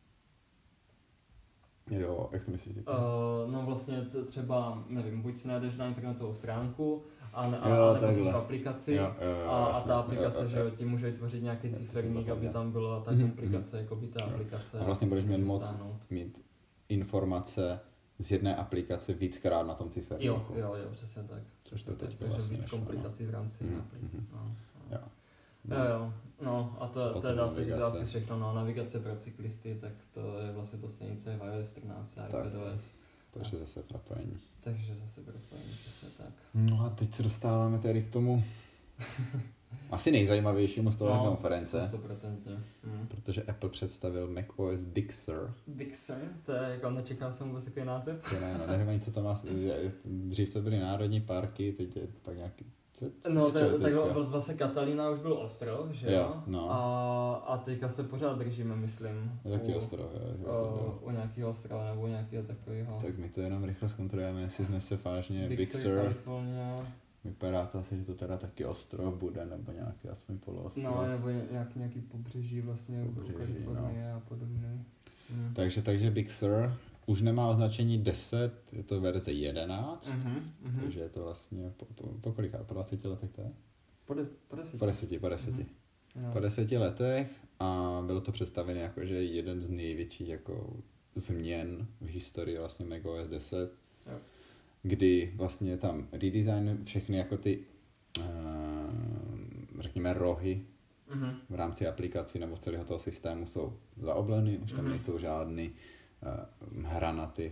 S1: Jo, jak to myslíš?
S2: No vlastně třeba, nevím, buď si najdeš na internetovou stránku a nebo v aplikaci a ta aplikace, že ti může vytvořit nějaký ciferník, aby tam byla ta komplikace, jakoby ta aplikace.
S1: A vlastně budeš mít informace z jedné aplikace víckrát na tom ciferníku.
S2: Jo, přesně tak.
S1: Což to teď
S2: takže
S1: vlastně
S2: víc komplikací v rámci aplikace.
S1: Jo.
S2: No a to je dá se říct asi všechno. No, navigace pro cyklisty, tak to je vlastně to stejnice v iOS 14 a iPadOS.
S1: Takže zase propojení.
S2: Přesně tak.
S1: No a teď se dostáváme tady k tomu asi nejzajímavějšímu z toho konference.
S2: 100%.
S1: Protože Apple představil macOS Big Sur.
S2: Big Sur? To je, jako nečekal jsem vůbec takový název.
S1: Nevím ani co to má. Dřív to byly národní parky, teď je pak nějaký
S2: No, tak vlastně Catalina už byl ostrov, že jo?
S1: No.
S2: A teďka se pořád držíme, myslím.
S1: Jaký ostrov, jo?
S2: U nějakého ostrova nebo nějakého takového.
S1: Tak my to jenom rychle zkontrolujeme, jestli jsme se vážně Big Sur. California. Vypadá to asi, že to teda taky ostrov bude, nebo nějaký aspoň poloostrov.
S2: No, nebo nějaký pobřeží vlastně u Kalifornie a podobně.
S1: Takže Big Sur už nemá označení 10, je to verze 11, takže je to vlastně po kolika? Po 20 letech to je? Po 10. Po 10 letech a bylo to představené jako, že jeden z největších jako změn v historii vlastně macOS 10, kdy vlastně tam redesign všechny jako ty řekněme rohy v rámci aplikací nebo celého toho systému jsou zaobleny, už tam nejsou žádný hranaty,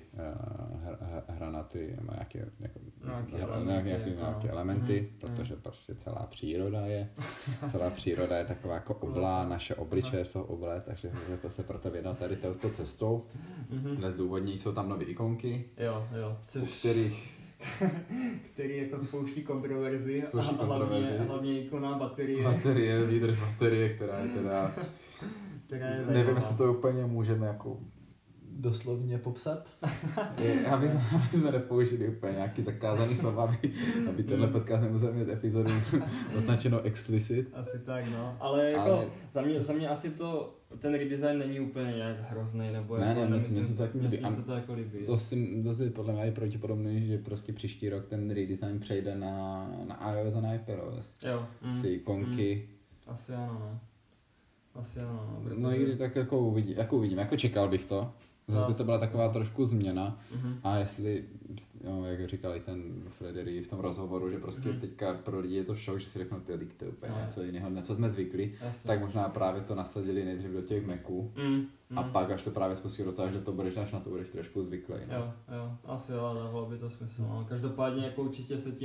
S1: nějaké elementy, protože prostě celá příroda je taková jako oblá, naše obličeje jsou oblé, takže můžete se proto vydat tady touto cestou. Dle zdůvodnění jsou tam nové ikonky, u kterých
S2: který jako spouští kontroverzi a hlavně ikona
S1: baterie, výdrž baterie, která je teda nevím, jestli to úplně můžeme jako doslovně popsat. Aby jsme nepoužili úplně nějaký zakázaný slova, aby tenhle podcast nemusel mít epizodu označenou explicit.
S2: Asi tak, no. Ale jako za mě asi ten redesign není úplně nějak hrozný, nebo
S1: mně se
S2: to jako líbí.
S1: Dost podle mě je protipodomný, že prostě příští rok ten redesign přejde na iOS a na iPadOS.
S2: Jo.
S1: Ty ikonky.
S2: Asi ano, no. Protože...
S1: No i kdy tak jako uvidím, jako čekal bych to. Zase by to byla taková trošku změna a jestli, jak říkal i ten Freddy v tom rozhovoru, že prostě teďka pro lidi je to show, že si řeknou, to je úplně něco jiného, na co jsme zvykli, tak možná právě to nasadili nejdřív do těch Maců a pak až to právě spustí do toho, že to budeš, až na to budeš trošku zvyklý. No?
S2: Jo, asi jo, dávalo by to smysl. No. Každopádně jako určitě se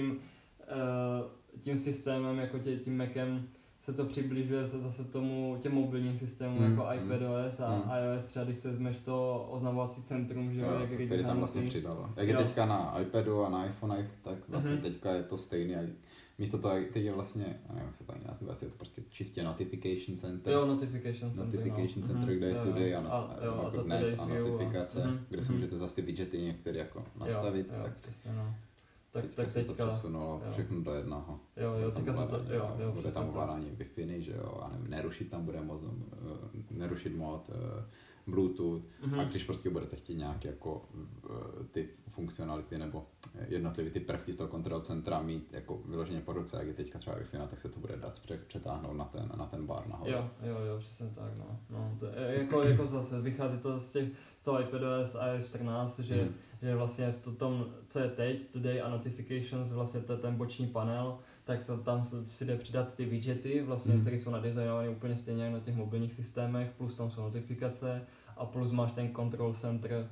S2: tím systémem, jako tím Macem, se to přibližuje zase těm mobilním systémům jako iPadOS a iOS, třeba když se vezmeš to oznamovací centrum, že jak
S1: který tam vlastně přidalo. Jak je teďka na iPadu a na iPhonech, tak vlastně teďka je to stejné. Místo toho, teď je vlastně, nevím, jak se to ani nazývá, je to prostě čistě Notification Center.
S2: Jo, Notification Center,
S1: kde je today a dnes a notifikace, kde si můžete zase ty widgety některé jako nastavit. Tak
S2: přesně, no.
S1: Tak teďka se to přesunulo všechno do jednoho.
S2: Jo, teďka se to,
S1: bude tam ovládání Wi-Fi, že jo, a nerušit tam bude moc, nerušit mod, Bluetooth, a když prostě budete chtít nějak jako ty funkcionality nebo jednotlivé ty prvky z toho control centra mít jako vyloženě po ruce, jak je teďka třeba Wi-Fi, tak se to bude dát přetáhnout na ten bar nahoru.
S2: Jo, přesně tak, no to je, jako zase vychází to z toho iPadOS iOS 14, že vlastně v tom, co je teď, Today a Notifications, vlastně ten boční panel, tak tam si jde přidat ty widgety, vlastně, které jsou nadizajnované úplně stejně jak na těch mobilních systémech, plus tam jsou notifikace a plus máš ten control center,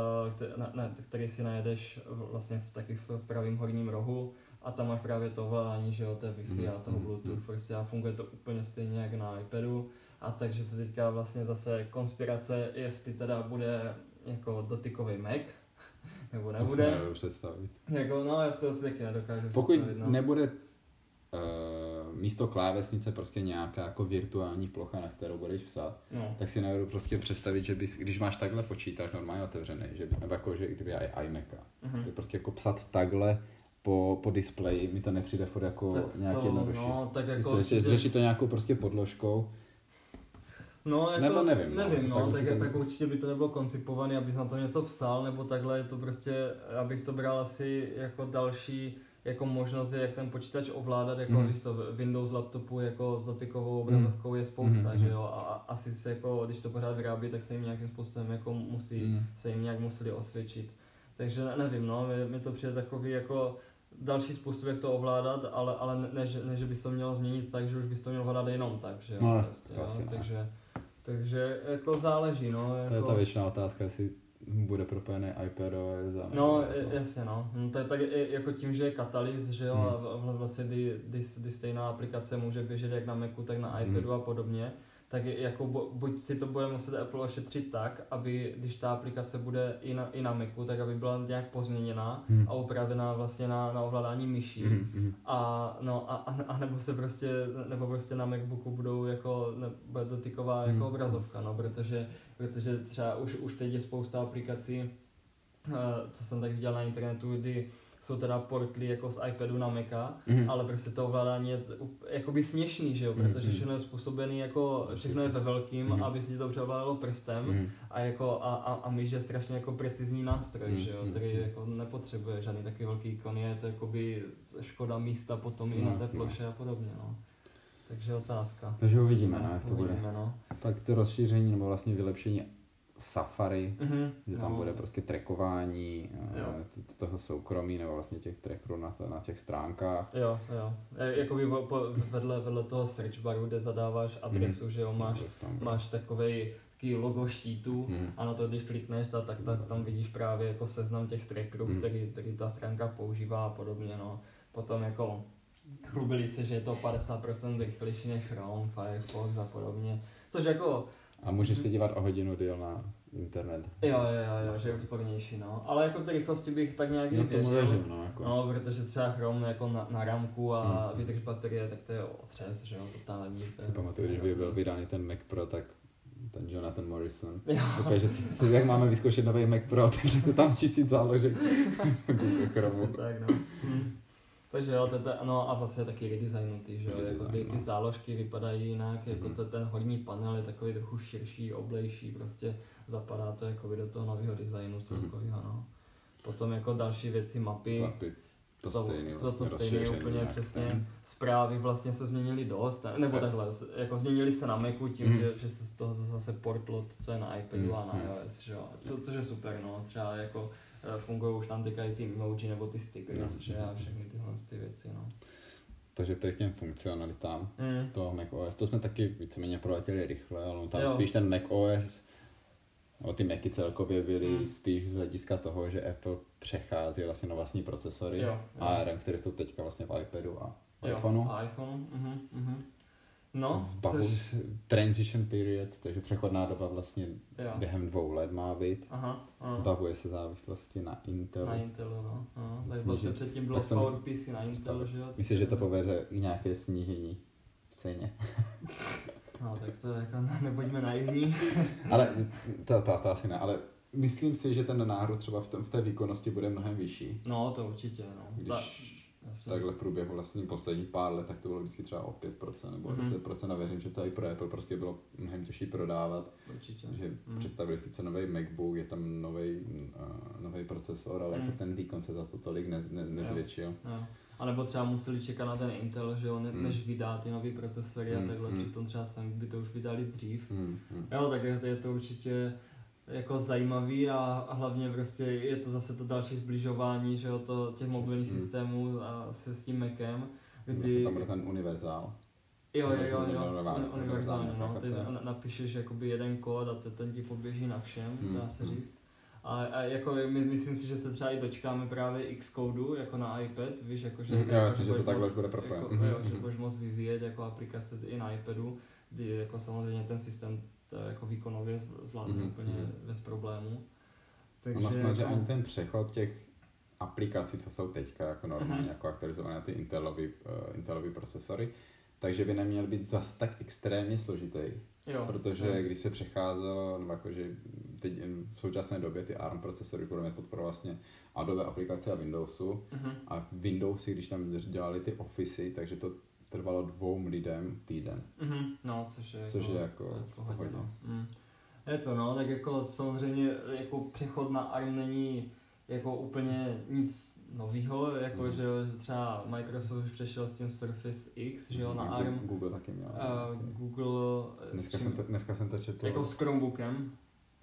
S2: který si najedeš vlastně taky v pravém horním rohu a tam máš právě to ovládání, že jo, té Wi-Fi a toho Bluetooth prostě a funguje to úplně stejně jak na iPadu a takže se teďka vlastně zase konspirace, jestli teda bude jako dotykový Mac, nebo nebude.
S1: To se nebudu představit.
S2: Jako, no, já si to taky nedokážu
S1: pokud představit. Pokud nebude místo klávesnice prostě nějaká jako virtuální plocha, na kterou budeš psát, tak si nebudu prostě představit, že bys, když máš takhle počítač normálně otevřený, že, nebo jako, že kdyby iMaca, to prostě jako psat takhle po displeji, mi to nepřijde furt jako nějak jednodušší.
S2: No, tak jako
S1: řešit to nějakou prostě podložkou.
S2: No, jako,
S1: nebo nevím,
S2: tak určitě by to nebylo koncipované, abys na to něco psal, nebo takhle je to prostě, abych to bral asi jako další jako možnost, jak ten počítač ovládat, jako když to Windows laptopu jako s dotykovou obrazovkou je spousta, že jo, a asi se jako, když to pořád vyrábí, tak se jim nějakým způsobem jako museli osvědčit. Takže nevím, no, mi to přijde takový jako další způsob, jak to ovládat, ale ne, že bys to mělo změnit tak, že už bys to měl ovládat jenom tak, že jo,
S1: no,
S2: prostě, takže jako záleží, no.
S1: To je ta věčná otázka, jestli bude propojený iPadOS a
S2: no, jasně, no. Tak jako tím, že je Catalyst, že jo, a vlastně kdy stejná aplikace může běžet jak na Macu, tak na iPadu a podobně, tak jako buď si to bude muset Apple ošetřit tak, aby když ta aplikace bude i na Macu, tak aby byla nějak pozměněná a upravená vlastně na ovládání myší. A nebo se prostě na MacBooku budou jako bude dotyková jako obrazovka, no, protože třeba už teď je spousta aplikací, co jsem tak viděl na internetu, kdy jsou teda portly jako z iPadu na Maca, ale prostě to ovládání je jakoby směšný, že jo, protože všechno je způsobený jako, všechno je ve velkým, aby si to dobře ovládalo prstem a jako a myš je strašně jako precizní nástroj, že jo, který jako nepotřebuje žádný takový velký ikon, je to jakoby škoda místa potom i na té ploše a podobně, no. Takže otázka.
S1: Takže uvidíme, jak to bude.
S2: No.
S1: Pak to rozšíření nebo vlastně vylepšení Safari, že tam bude prostě trackování toho soukromí nebo vlastně těch trackerů na těch stránkách.
S2: Jo. Jakoby vedle toho search baru, kde zadáváš adresu, že jo, máš takový logo štítu a na to, když klikneš, tak tam vidíš právě jako seznam těch trackerů, který ta stránka používá a podobně, no. Potom jako chlubili se, že je to 50% rychlejší než Chrome, Firefox a podobně, což jako...
S1: A můžeš se dívat o hodinu díl na internet.
S2: Jo, že je úspornější, no. Ale jako ty rychlosti bych tak nějak věřil. No, protože třeba Chrome jako na ramku a vydrž baterie, tak to je otřes, že jo, totální.
S1: Si pamatuju, když byl vydaný ten Mac Pro, tak ten Jonathan Morrison. Říkal, že jak máme vyzkoušet nový Mac Pro, tak řekl tam 1000 záložek Google Chrome.
S2: Tak, no. Takže jo, no a vlastně taky redesignutý, že jo, jako ty záložky vypadají jinak, jako ten horní panel je takový trochu širší, oblejší, prostě zapadá to jako do toho nového designu celkového, no. Potom jako další věci, mapy. To stejné úplně přesně. Zprávy vlastně se změnily dost, nebo takhle, jako změnily se na Macu tím, že se z toho zase portlo, co je na iPadu a na iOS, že jo, což je super, no, třeba jako fungují už tam teďka i ty emoji nebo ty stickers, že a všechny tyhle ty věci, no.
S1: Takže to je k těm funkcionalitám toho macOS. To jsme taky víceméně proletěli rychle, ale tam spíš ten macOS, no ty Macy celkově byly spíš z hlediska toho, že Apple přechází vlastně na vlastní procesory ARM, které jsou teďka vlastně v iPadu a iPhoneu. No, transition period, takže přechodná doba vlastně během 2 let má být. Bavuje se závislosti na Intelu.
S2: Na Intelu, no. Tak vlastně předtím bylo PowerPC na Intelu, že jo?
S1: Myslím, že to povede k nějaké snížení v ceně.
S2: No, tak to jako nebuďme naivní.
S1: Ale to asi ne, ale myslím si, že ten nárůst třeba v té výkonnosti bude mnohem vyšší.
S2: No, to určitě, no.
S1: Když takhle v průběhu vlastně posledních pár let, tak to bylo vždycky třeba o 5% nebo 10% a věřím, že to i pro Apple prostě bylo mnohem těžší prodávat.
S2: Určitě.
S1: Že představili sice nový MacBook, je tam nový procesor, ale jako ten výkon se za to tolik nezvětšil.
S2: Jo. A nebo třeba museli čekat na ten Intel, že on než vydá ty nový procesory a takhle, přitom třeba sem by to už vydali dřív. Jo, tak je to určitě jako zajímavý a hlavně prostě je to zase to další zbližování, že jo, těch mobilních systémů a se s tím Macem,
S1: kdy... Tam bude ten univerzál.
S2: Jo, univerzální, no, ty napíšeš jakoby jeden kód a ten ti poběží na všem, dá se říct. A jako myslím si, že se třeba i dočkáme právě Xcode jako na iPad, víš, jakože...
S1: Jasně, že to takhle bude propojen.
S2: Že budeš moct vyvíjet jako aplikace i na iPadu, kdy jako samozřejmě ten systém to jako výkonově zvládne úplně bez problémů.
S1: Takže ono snad, že ani ten přechod těch aplikací, co jsou teďka jako normálně jako aktualizované na ty Intelový procesory, takže by neměl být zas tak extrémně složitý. Protože když se přecházelo, nebo jakože teď v současné době ty ARM procesory budou mít podporu vlastně Adobe aplikace a Windowsu a v Windowsi, když tam dělali ty Office, takže to trvalo 2 lidem týden.
S2: No,
S1: což je jako hodně.
S2: No. Je to, no, tak jako samozřejmě jako přechod na ARM není jako úplně nic novýho, jako že třeba Microsoft už přešel s tím Surface X, že jo, na ARM.
S1: Google taky měl.
S2: Google...
S1: Dneska jsem to četl.
S2: Jako s Chromebookem.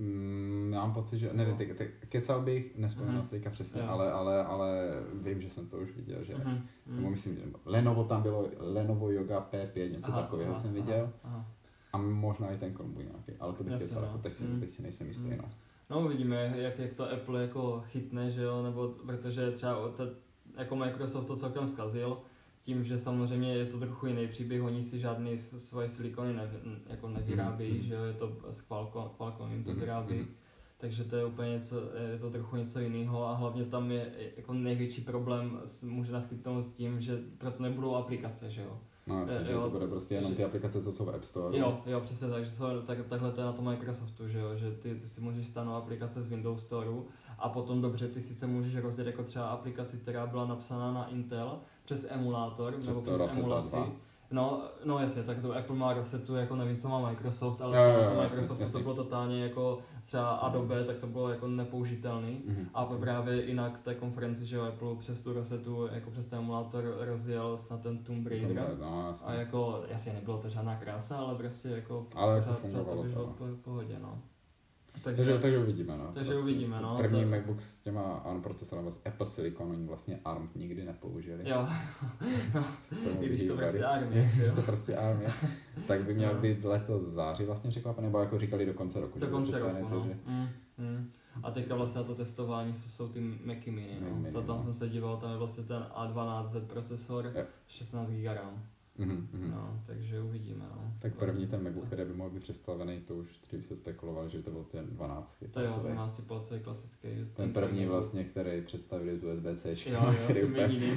S1: Já mám pocit, že nevím, kecal bych, nespomínám se teďka přesně, ale vím, že jsem to už viděl, že myslím, že Lenovo tam bylo, Lenovo Yoga P5, něco takového jsem viděl. A možná i ten Chromebook nějaký, ale to bych kecal, jako teď si nejsem jistý, no.
S2: No uvidíme, jak to Apple jako chytne, že jo, nebo protože třeba jako Microsoft to celkem zkazil tím, že samozřejmě je to trochu jiný příběh, oni si žádný svoje silikony jako nevyrábějí, že jo, je to s Qualcomm jim to vyrábí. Takže to je úplně je to trochu něco jiného a hlavně tam je jako největší problém může naskytnout s tím, že proto nebudou aplikace, že jo.
S1: No jasně, že to bude prostě jenom ty aplikace, co jsou v App Store.
S2: Jo, přesně tak, že takhle to je na tom Microsoftu, že jo, že ty si můžeš stáhnout aplikace z Windows Storeu a potom dobře, ty sice můžeš rozjet jako třeba aplikaci, která byla napsaná na Intel přes emulátor, nebo přes emulaci. No jasně, tak to Apple má Rosetu, jako nevím, co má Microsoft, ale třeba na tom Microsoftu jasně. To bylo totálně jako třeba Adobe, tak to bylo jako nepoužitelný. A právě jinak té konferenci, že Apple přes tu Rosetu, jako přes ten emulátor rozjel snad ten Tomb Raider. A jako, jasně nebylo to žádná krása, ale prostě jako
S1: fungovalo
S2: to bylo v pohodě, no.
S1: Takže uvidíme, no.
S2: Takže prostě uvidíme, no.
S1: První MacBook s těma ARM procesorem z Apple Silicon, oni vlastně ARM nikdy nepoužili.
S2: Jo. I když to prostě ARM
S1: je. Když to prostě ARM je. Tak by měl být letos v září vlastně překvapen, nebo jako říkali do konce roku.
S2: Do konce roku, no. A teďka vlastně na to testování jsou ty Macy Mini, no. Tam jsem se díval, tam je vlastně ten A12Z procesor, 16 GB RAM. No, takže uvidíme, no.
S1: Tak první ten MacBook, který by mohl být představený, to už dřív se spekuloval, že to byl ten 12.
S2: To jo, 12 palce klasický.
S1: Ten první vlastně, který představili z USB-C.
S2: Jo, jsem jediný.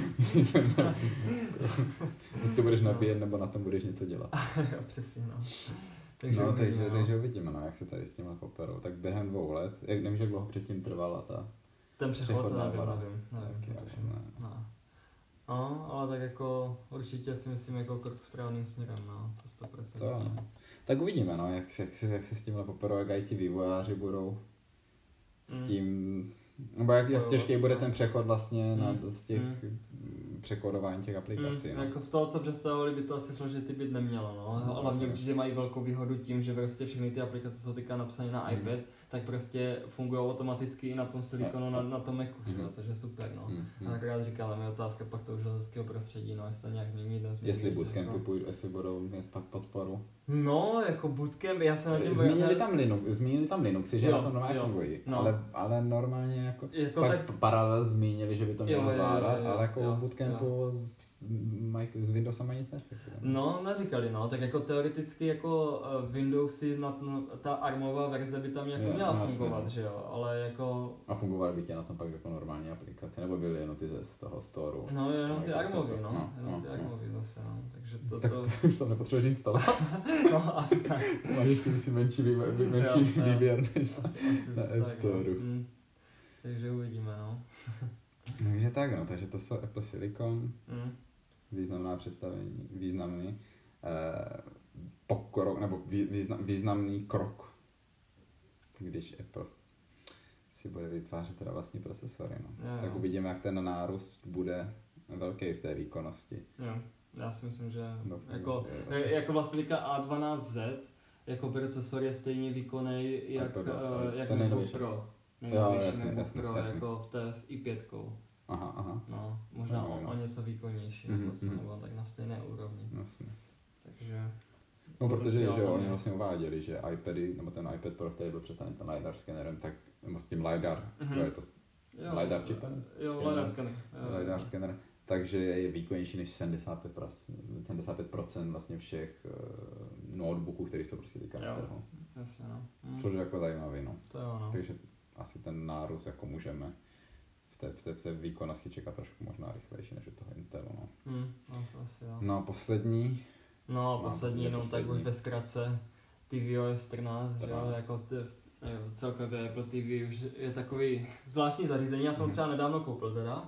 S1: To budeš nabíjet, nebo na tom budeš něco dělat.
S2: Jo, přesně, no.
S1: Takže uvidíme, no, jak se tady s tímhle poperou. Tak během 2 let, nevím, jak dlouho předtím trvala
S2: ten přechod, nevím.
S1: Tak,
S2: no, ale tak jako určitě si myslím jako krok správným směrem, no, to 100%.
S1: To, no. Tak uvidíme, no, jak se s tímhle poperou, jak i ti vývojáři budou s tím, nebo jak těžký bude ten přechod vlastně z těch překodování těch aplikací. No.
S2: Jako z toho, co představovali, by to asi složitý být nemělo, no. Hlavně určitě mají velkou výhodu tím, že prostě všechny ty aplikace jsou teďka napsané na iPad, tak prostě fungují automaticky i na tom silikonu, na tom Macu, což je super, no. A tak rád říkal, mi otázka pak toho železského prostředí, no, jestli to nějak změní.
S1: Jestli bootcampy jestli budou mít pak podporu.
S2: No, jako bootcamp, já jsem na tím
S1: Zmínili tam Linuxy, že na tom normálně fungují, ale normálně jako pak tak paralel zmínili, že by to mělo zvládat, ale jako bootcampu s Windowsem ani nic neřekli.
S2: No, neříkali, no, tak jako teoreticky jako Windowsy, ta ARMová verze by tam jako měla fungovat, že jo, ale jako...
S1: A fungovaly by tě na tom pak jako normální aplikace, nebo byly jenom ty z toho storeu?
S2: No, jenom ty ARMový, jenom ty ARMový zase, no, takže to...
S1: Tak to už tam nepotřebuješ instalovat.
S2: No, asi tak.
S1: Máš ještě myslím menší výběr než na App Storeu.
S2: Takže uvidíme, no.
S1: Takže tak, no, takže to jsou Apple Silicon, významná představení, významný pokrok, nebo významný krok, když Apple si bude vytvářet teda vlastní procesory, no. Tak uvidíme, jak ten nárůst bude velký v té výkonnosti.
S2: Jo, já si myslím, že jako vlastně A12Z jako procesor je stejně výkonný jak MacBook Pro. Nejnovější MacBook Pro, jako v té s i5.
S1: Aha.
S2: No, možná o něco výkonnější, nebo tak na stejné úrovni.
S1: Jasně.
S2: Takže...
S1: No, protože že oni vlastně uváděli, že iPady, nebo ten iPad Pro, který byl představen ten LiDAR skenerem, tak, nebo s tím LiDAR, je to LiDAR čipem?
S2: Jo, LiDAR skener.
S1: LiDAR skener, takže je výkonnější než 75% vlastně všech notebooků, které jsou prostě teďka na trhu.
S2: Jasně, no.
S1: Což je jako zajímavý, no.
S2: To jo, no.
S1: Takže asi ten nárůst jako můžeme v té výkonnosti čekat trošku možná rychlejší než u toho Intelu, no.
S2: Asi jo.
S1: No a poslední,
S2: tak už ve zkratce tvOS 14, že jo, jako celkově Apple TV už je takový zvláštní zařízení, já jsem třeba nedávno koupil teda.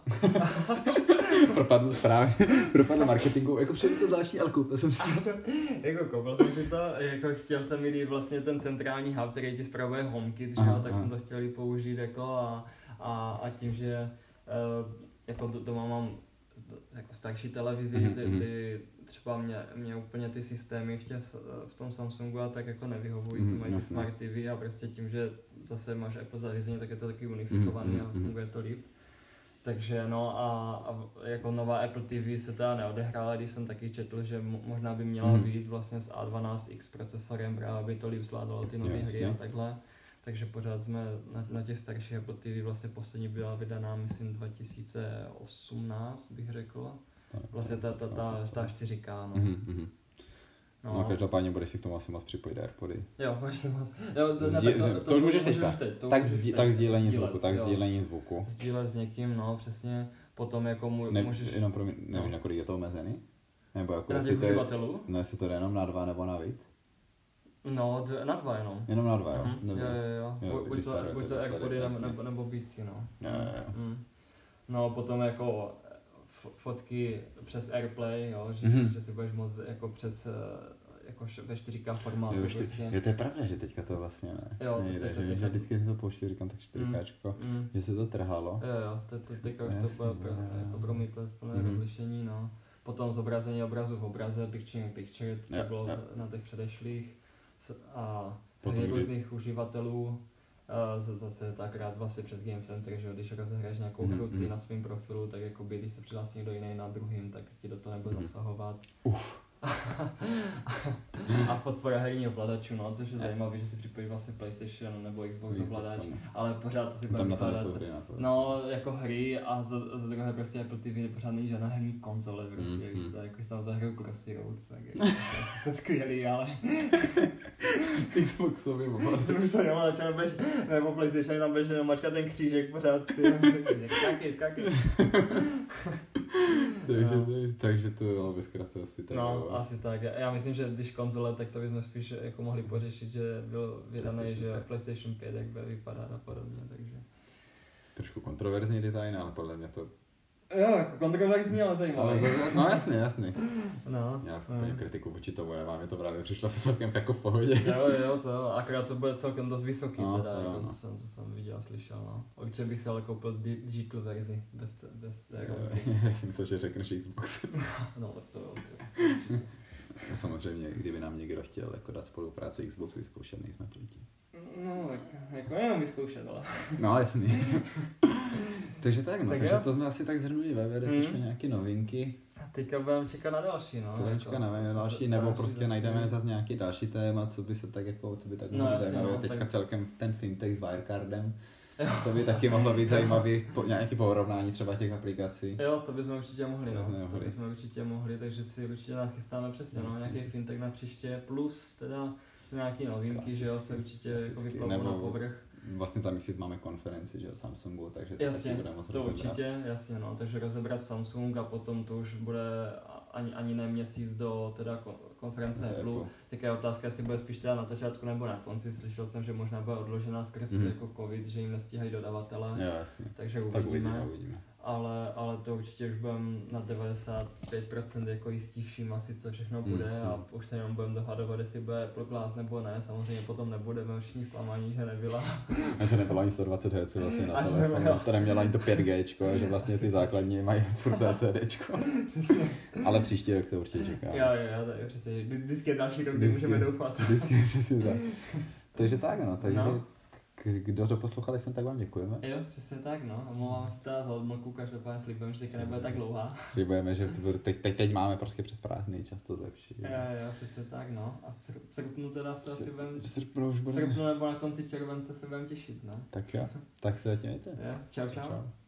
S1: Propadl marketingu, jako přijde to zvláštní, ale koupil jsem si to.
S2: Jako koupil jsem si to, jako chtěl jsem mít vlastně ten centrální hub, který ti spravuje HomeKit, že jo, tak jsem to chtěl použít jako a tím, že jako doma mám jako starší televizi, ty třeba mě úplně ty systémy v tom Samsungu a tak jako nevyhovují, co mají ty Smart TV a prostě tím, že zase máš Apple zařízení, tak je to taky unifikovaný a funguje to líp. Takže no a jako nová Apple TV se teda neodehrála, když jsem taky četl, že možná by měla být vlastně s A12X procesorem, právě aby to líp zvládalo ty nové hry a takhle. Takže pořád jsme na těch starších Apple TV, vlastně poslední byla vydaná, myslím 2018 bych řekl. Vlastně ta 4K, no.
S1: No, každopádně budeš si k tomu asi moc připojit AirPody.
S2: Jo, možná moc.
S1: To už můžeš teďka. Tak sdílení zvuku.
S2: Sdílet s někým, no, přesně. Potom jako můžeš...
S1: Jenom pro mě, nevím, na kolik je to omezený? Nebo jako jestli to jde jenom na 2 nebo na víc?
S2: No, na 2 jenom.
S1: Jenom na 2, jo?
S2: Jo. Buď to AirPody nebo Beatsy, no.
S1: Jo.
S2: No, potom jako fotky přes AirPlay, jo, že si budeš moct jako přes jako ve 4K formátu.
S1: Jo, to je pravda, že teďka to vlastně nejde, že vždycky si to pouští, říkám tak 4Kčko, že se to trhalo.
S2: Jo, to teďka už to bude jako promítlet plné rozlišení, no. Potom zobrazení obrazu v obraze, picture in picture, co bylo na těch předešlých a různých uživatelů. Zase takrát vlastně přes Game Center, že když rozehraješ nějakou hru ty na svém profilu, tak jako když se přihlásí někdo jiný na druhým, tak ti do toho nebude zasahovat. A podpora herního ovladačů, no, což je zajímavé, že si připojíš vlastně PlayStation nebo Xbox ovladač, ale pořád co si bude vypadat. No, jako hry a za druhé prostě Apple TV pořád není žádná herní konzole, prostě, jako když tam zahraju Crossy Roads, tak jako, jsou skvělý, ale...
S1: S Xboxovým ovladačem.
S2: Nebo PlayStation tam budeš jenom mačkat ten křížek pořád, skákej.
S1: Takže to bylo by zkrátka asi tak.
S2: No, asi tak. Já myslím, že když konzole, tak to bychom spíš jako mohli pořešit, že byl vydaný, že PlayStation 5 jak bude vypadat a podobně, takže...
S1: Trošku kontroverzní design, ale podle mě to...
S2: Jo, jako kontroverzní, ale zajímavý.
S1: No jasný.
S2: No.
S1: Já úplně kritiku vůči tomu nemám, mě to právě přišlo celkem jako v pohodě.
S2: Jo, to, akorát to bude celkem dost vysoký teda, jako to jsem viděl a slyšel, no. Určitě bych si ale koupil digital verzi, bez té rovky.
S1: Já si myslel, že řekneš Xbox.
S2: No, tak to.
S1: Samozřejmě, kdyby nám někdo chtěl jako dát spolupráci Xbox vyzkoušet, nejsme proti.
S2: No, tak jako jenom vyzkoušet, ale...
S1: No, jasný. Takže tak, no, takže to jsme asi tak zhrnuli ve VDCčku nějaké novinky.
S2: A teďka budeme čekat na další, no.
S1: Nebo prostě najdeme zase nějaký další téma, co by se tak jako, co by tak mohlo zajímavé. Teďka celkem ten fintech s Wirecardem. To by taky mohlo být zajímavý, nějaký porovnání třeba těch aplikací.
S2: Jo, to bychom určitě mohli, takže si určitě nachystáme přesně, no, nějaký fintech na příště, plus teda nějaký novinky, že jo, se určitě jako vyplavou na povrch.
S1: Vlastně za měsíc máme konferenci, že jo, Samsungu, takže to
S2: jasně,
S1: taky budeme moc rozebrat.
S2: Určitě, jasně, no, takže rozebrat Samsung a potom to už bude ani ne měsíc do teda konference Apple. Tak je otázka, jestli bude spíš teda na začátku nebo na konci. Slyšel jsem, že možná bude odložená skrz jako covid, že jim nestíhají dodavatele.
S1: Jo, jasně.
S2: Takže uvidíme. Ale to určitě už budeme na 95% jako jistí vším asi, co všechno bude a už se jenom budeme dohadovat, jestli bude Apple Glass nebo ne. Samozřejmě potom nebudeme všichni zklamaní, že nebyla.
S1: A že nebylo ani 120 Hz vlastně na telefonu, to nemělo ani to 5G, že vlastně ty základní mají furt CDčko. Ale příští rok to určitě čeká.
S2: Jo, to je přesně. Vždycky je další rok, kdy můžeme doufat.
S1: Vždycky je přesně tak. Takže tak, no, takže... No. Kdo to poslouchali jsem, tak vám děkujeme.
S2: Jo, přesně tak, no. Omlouvám se teda za odmlku, každopádně slibujeme, že teďka nebude tak dlouhá.
S1: Slibujeme, že teď máme prostě přes prázdný čas to zlepší.
S2: Jo, přesně tak, no. A v srpnu teda se asi budeme...
S1: V srpnu už budeme...
S2: V srpnu nebo na konci července se budeme těšit, no.
S1: Tak jo, tak se zatím mějte.
S2: Jo, čau.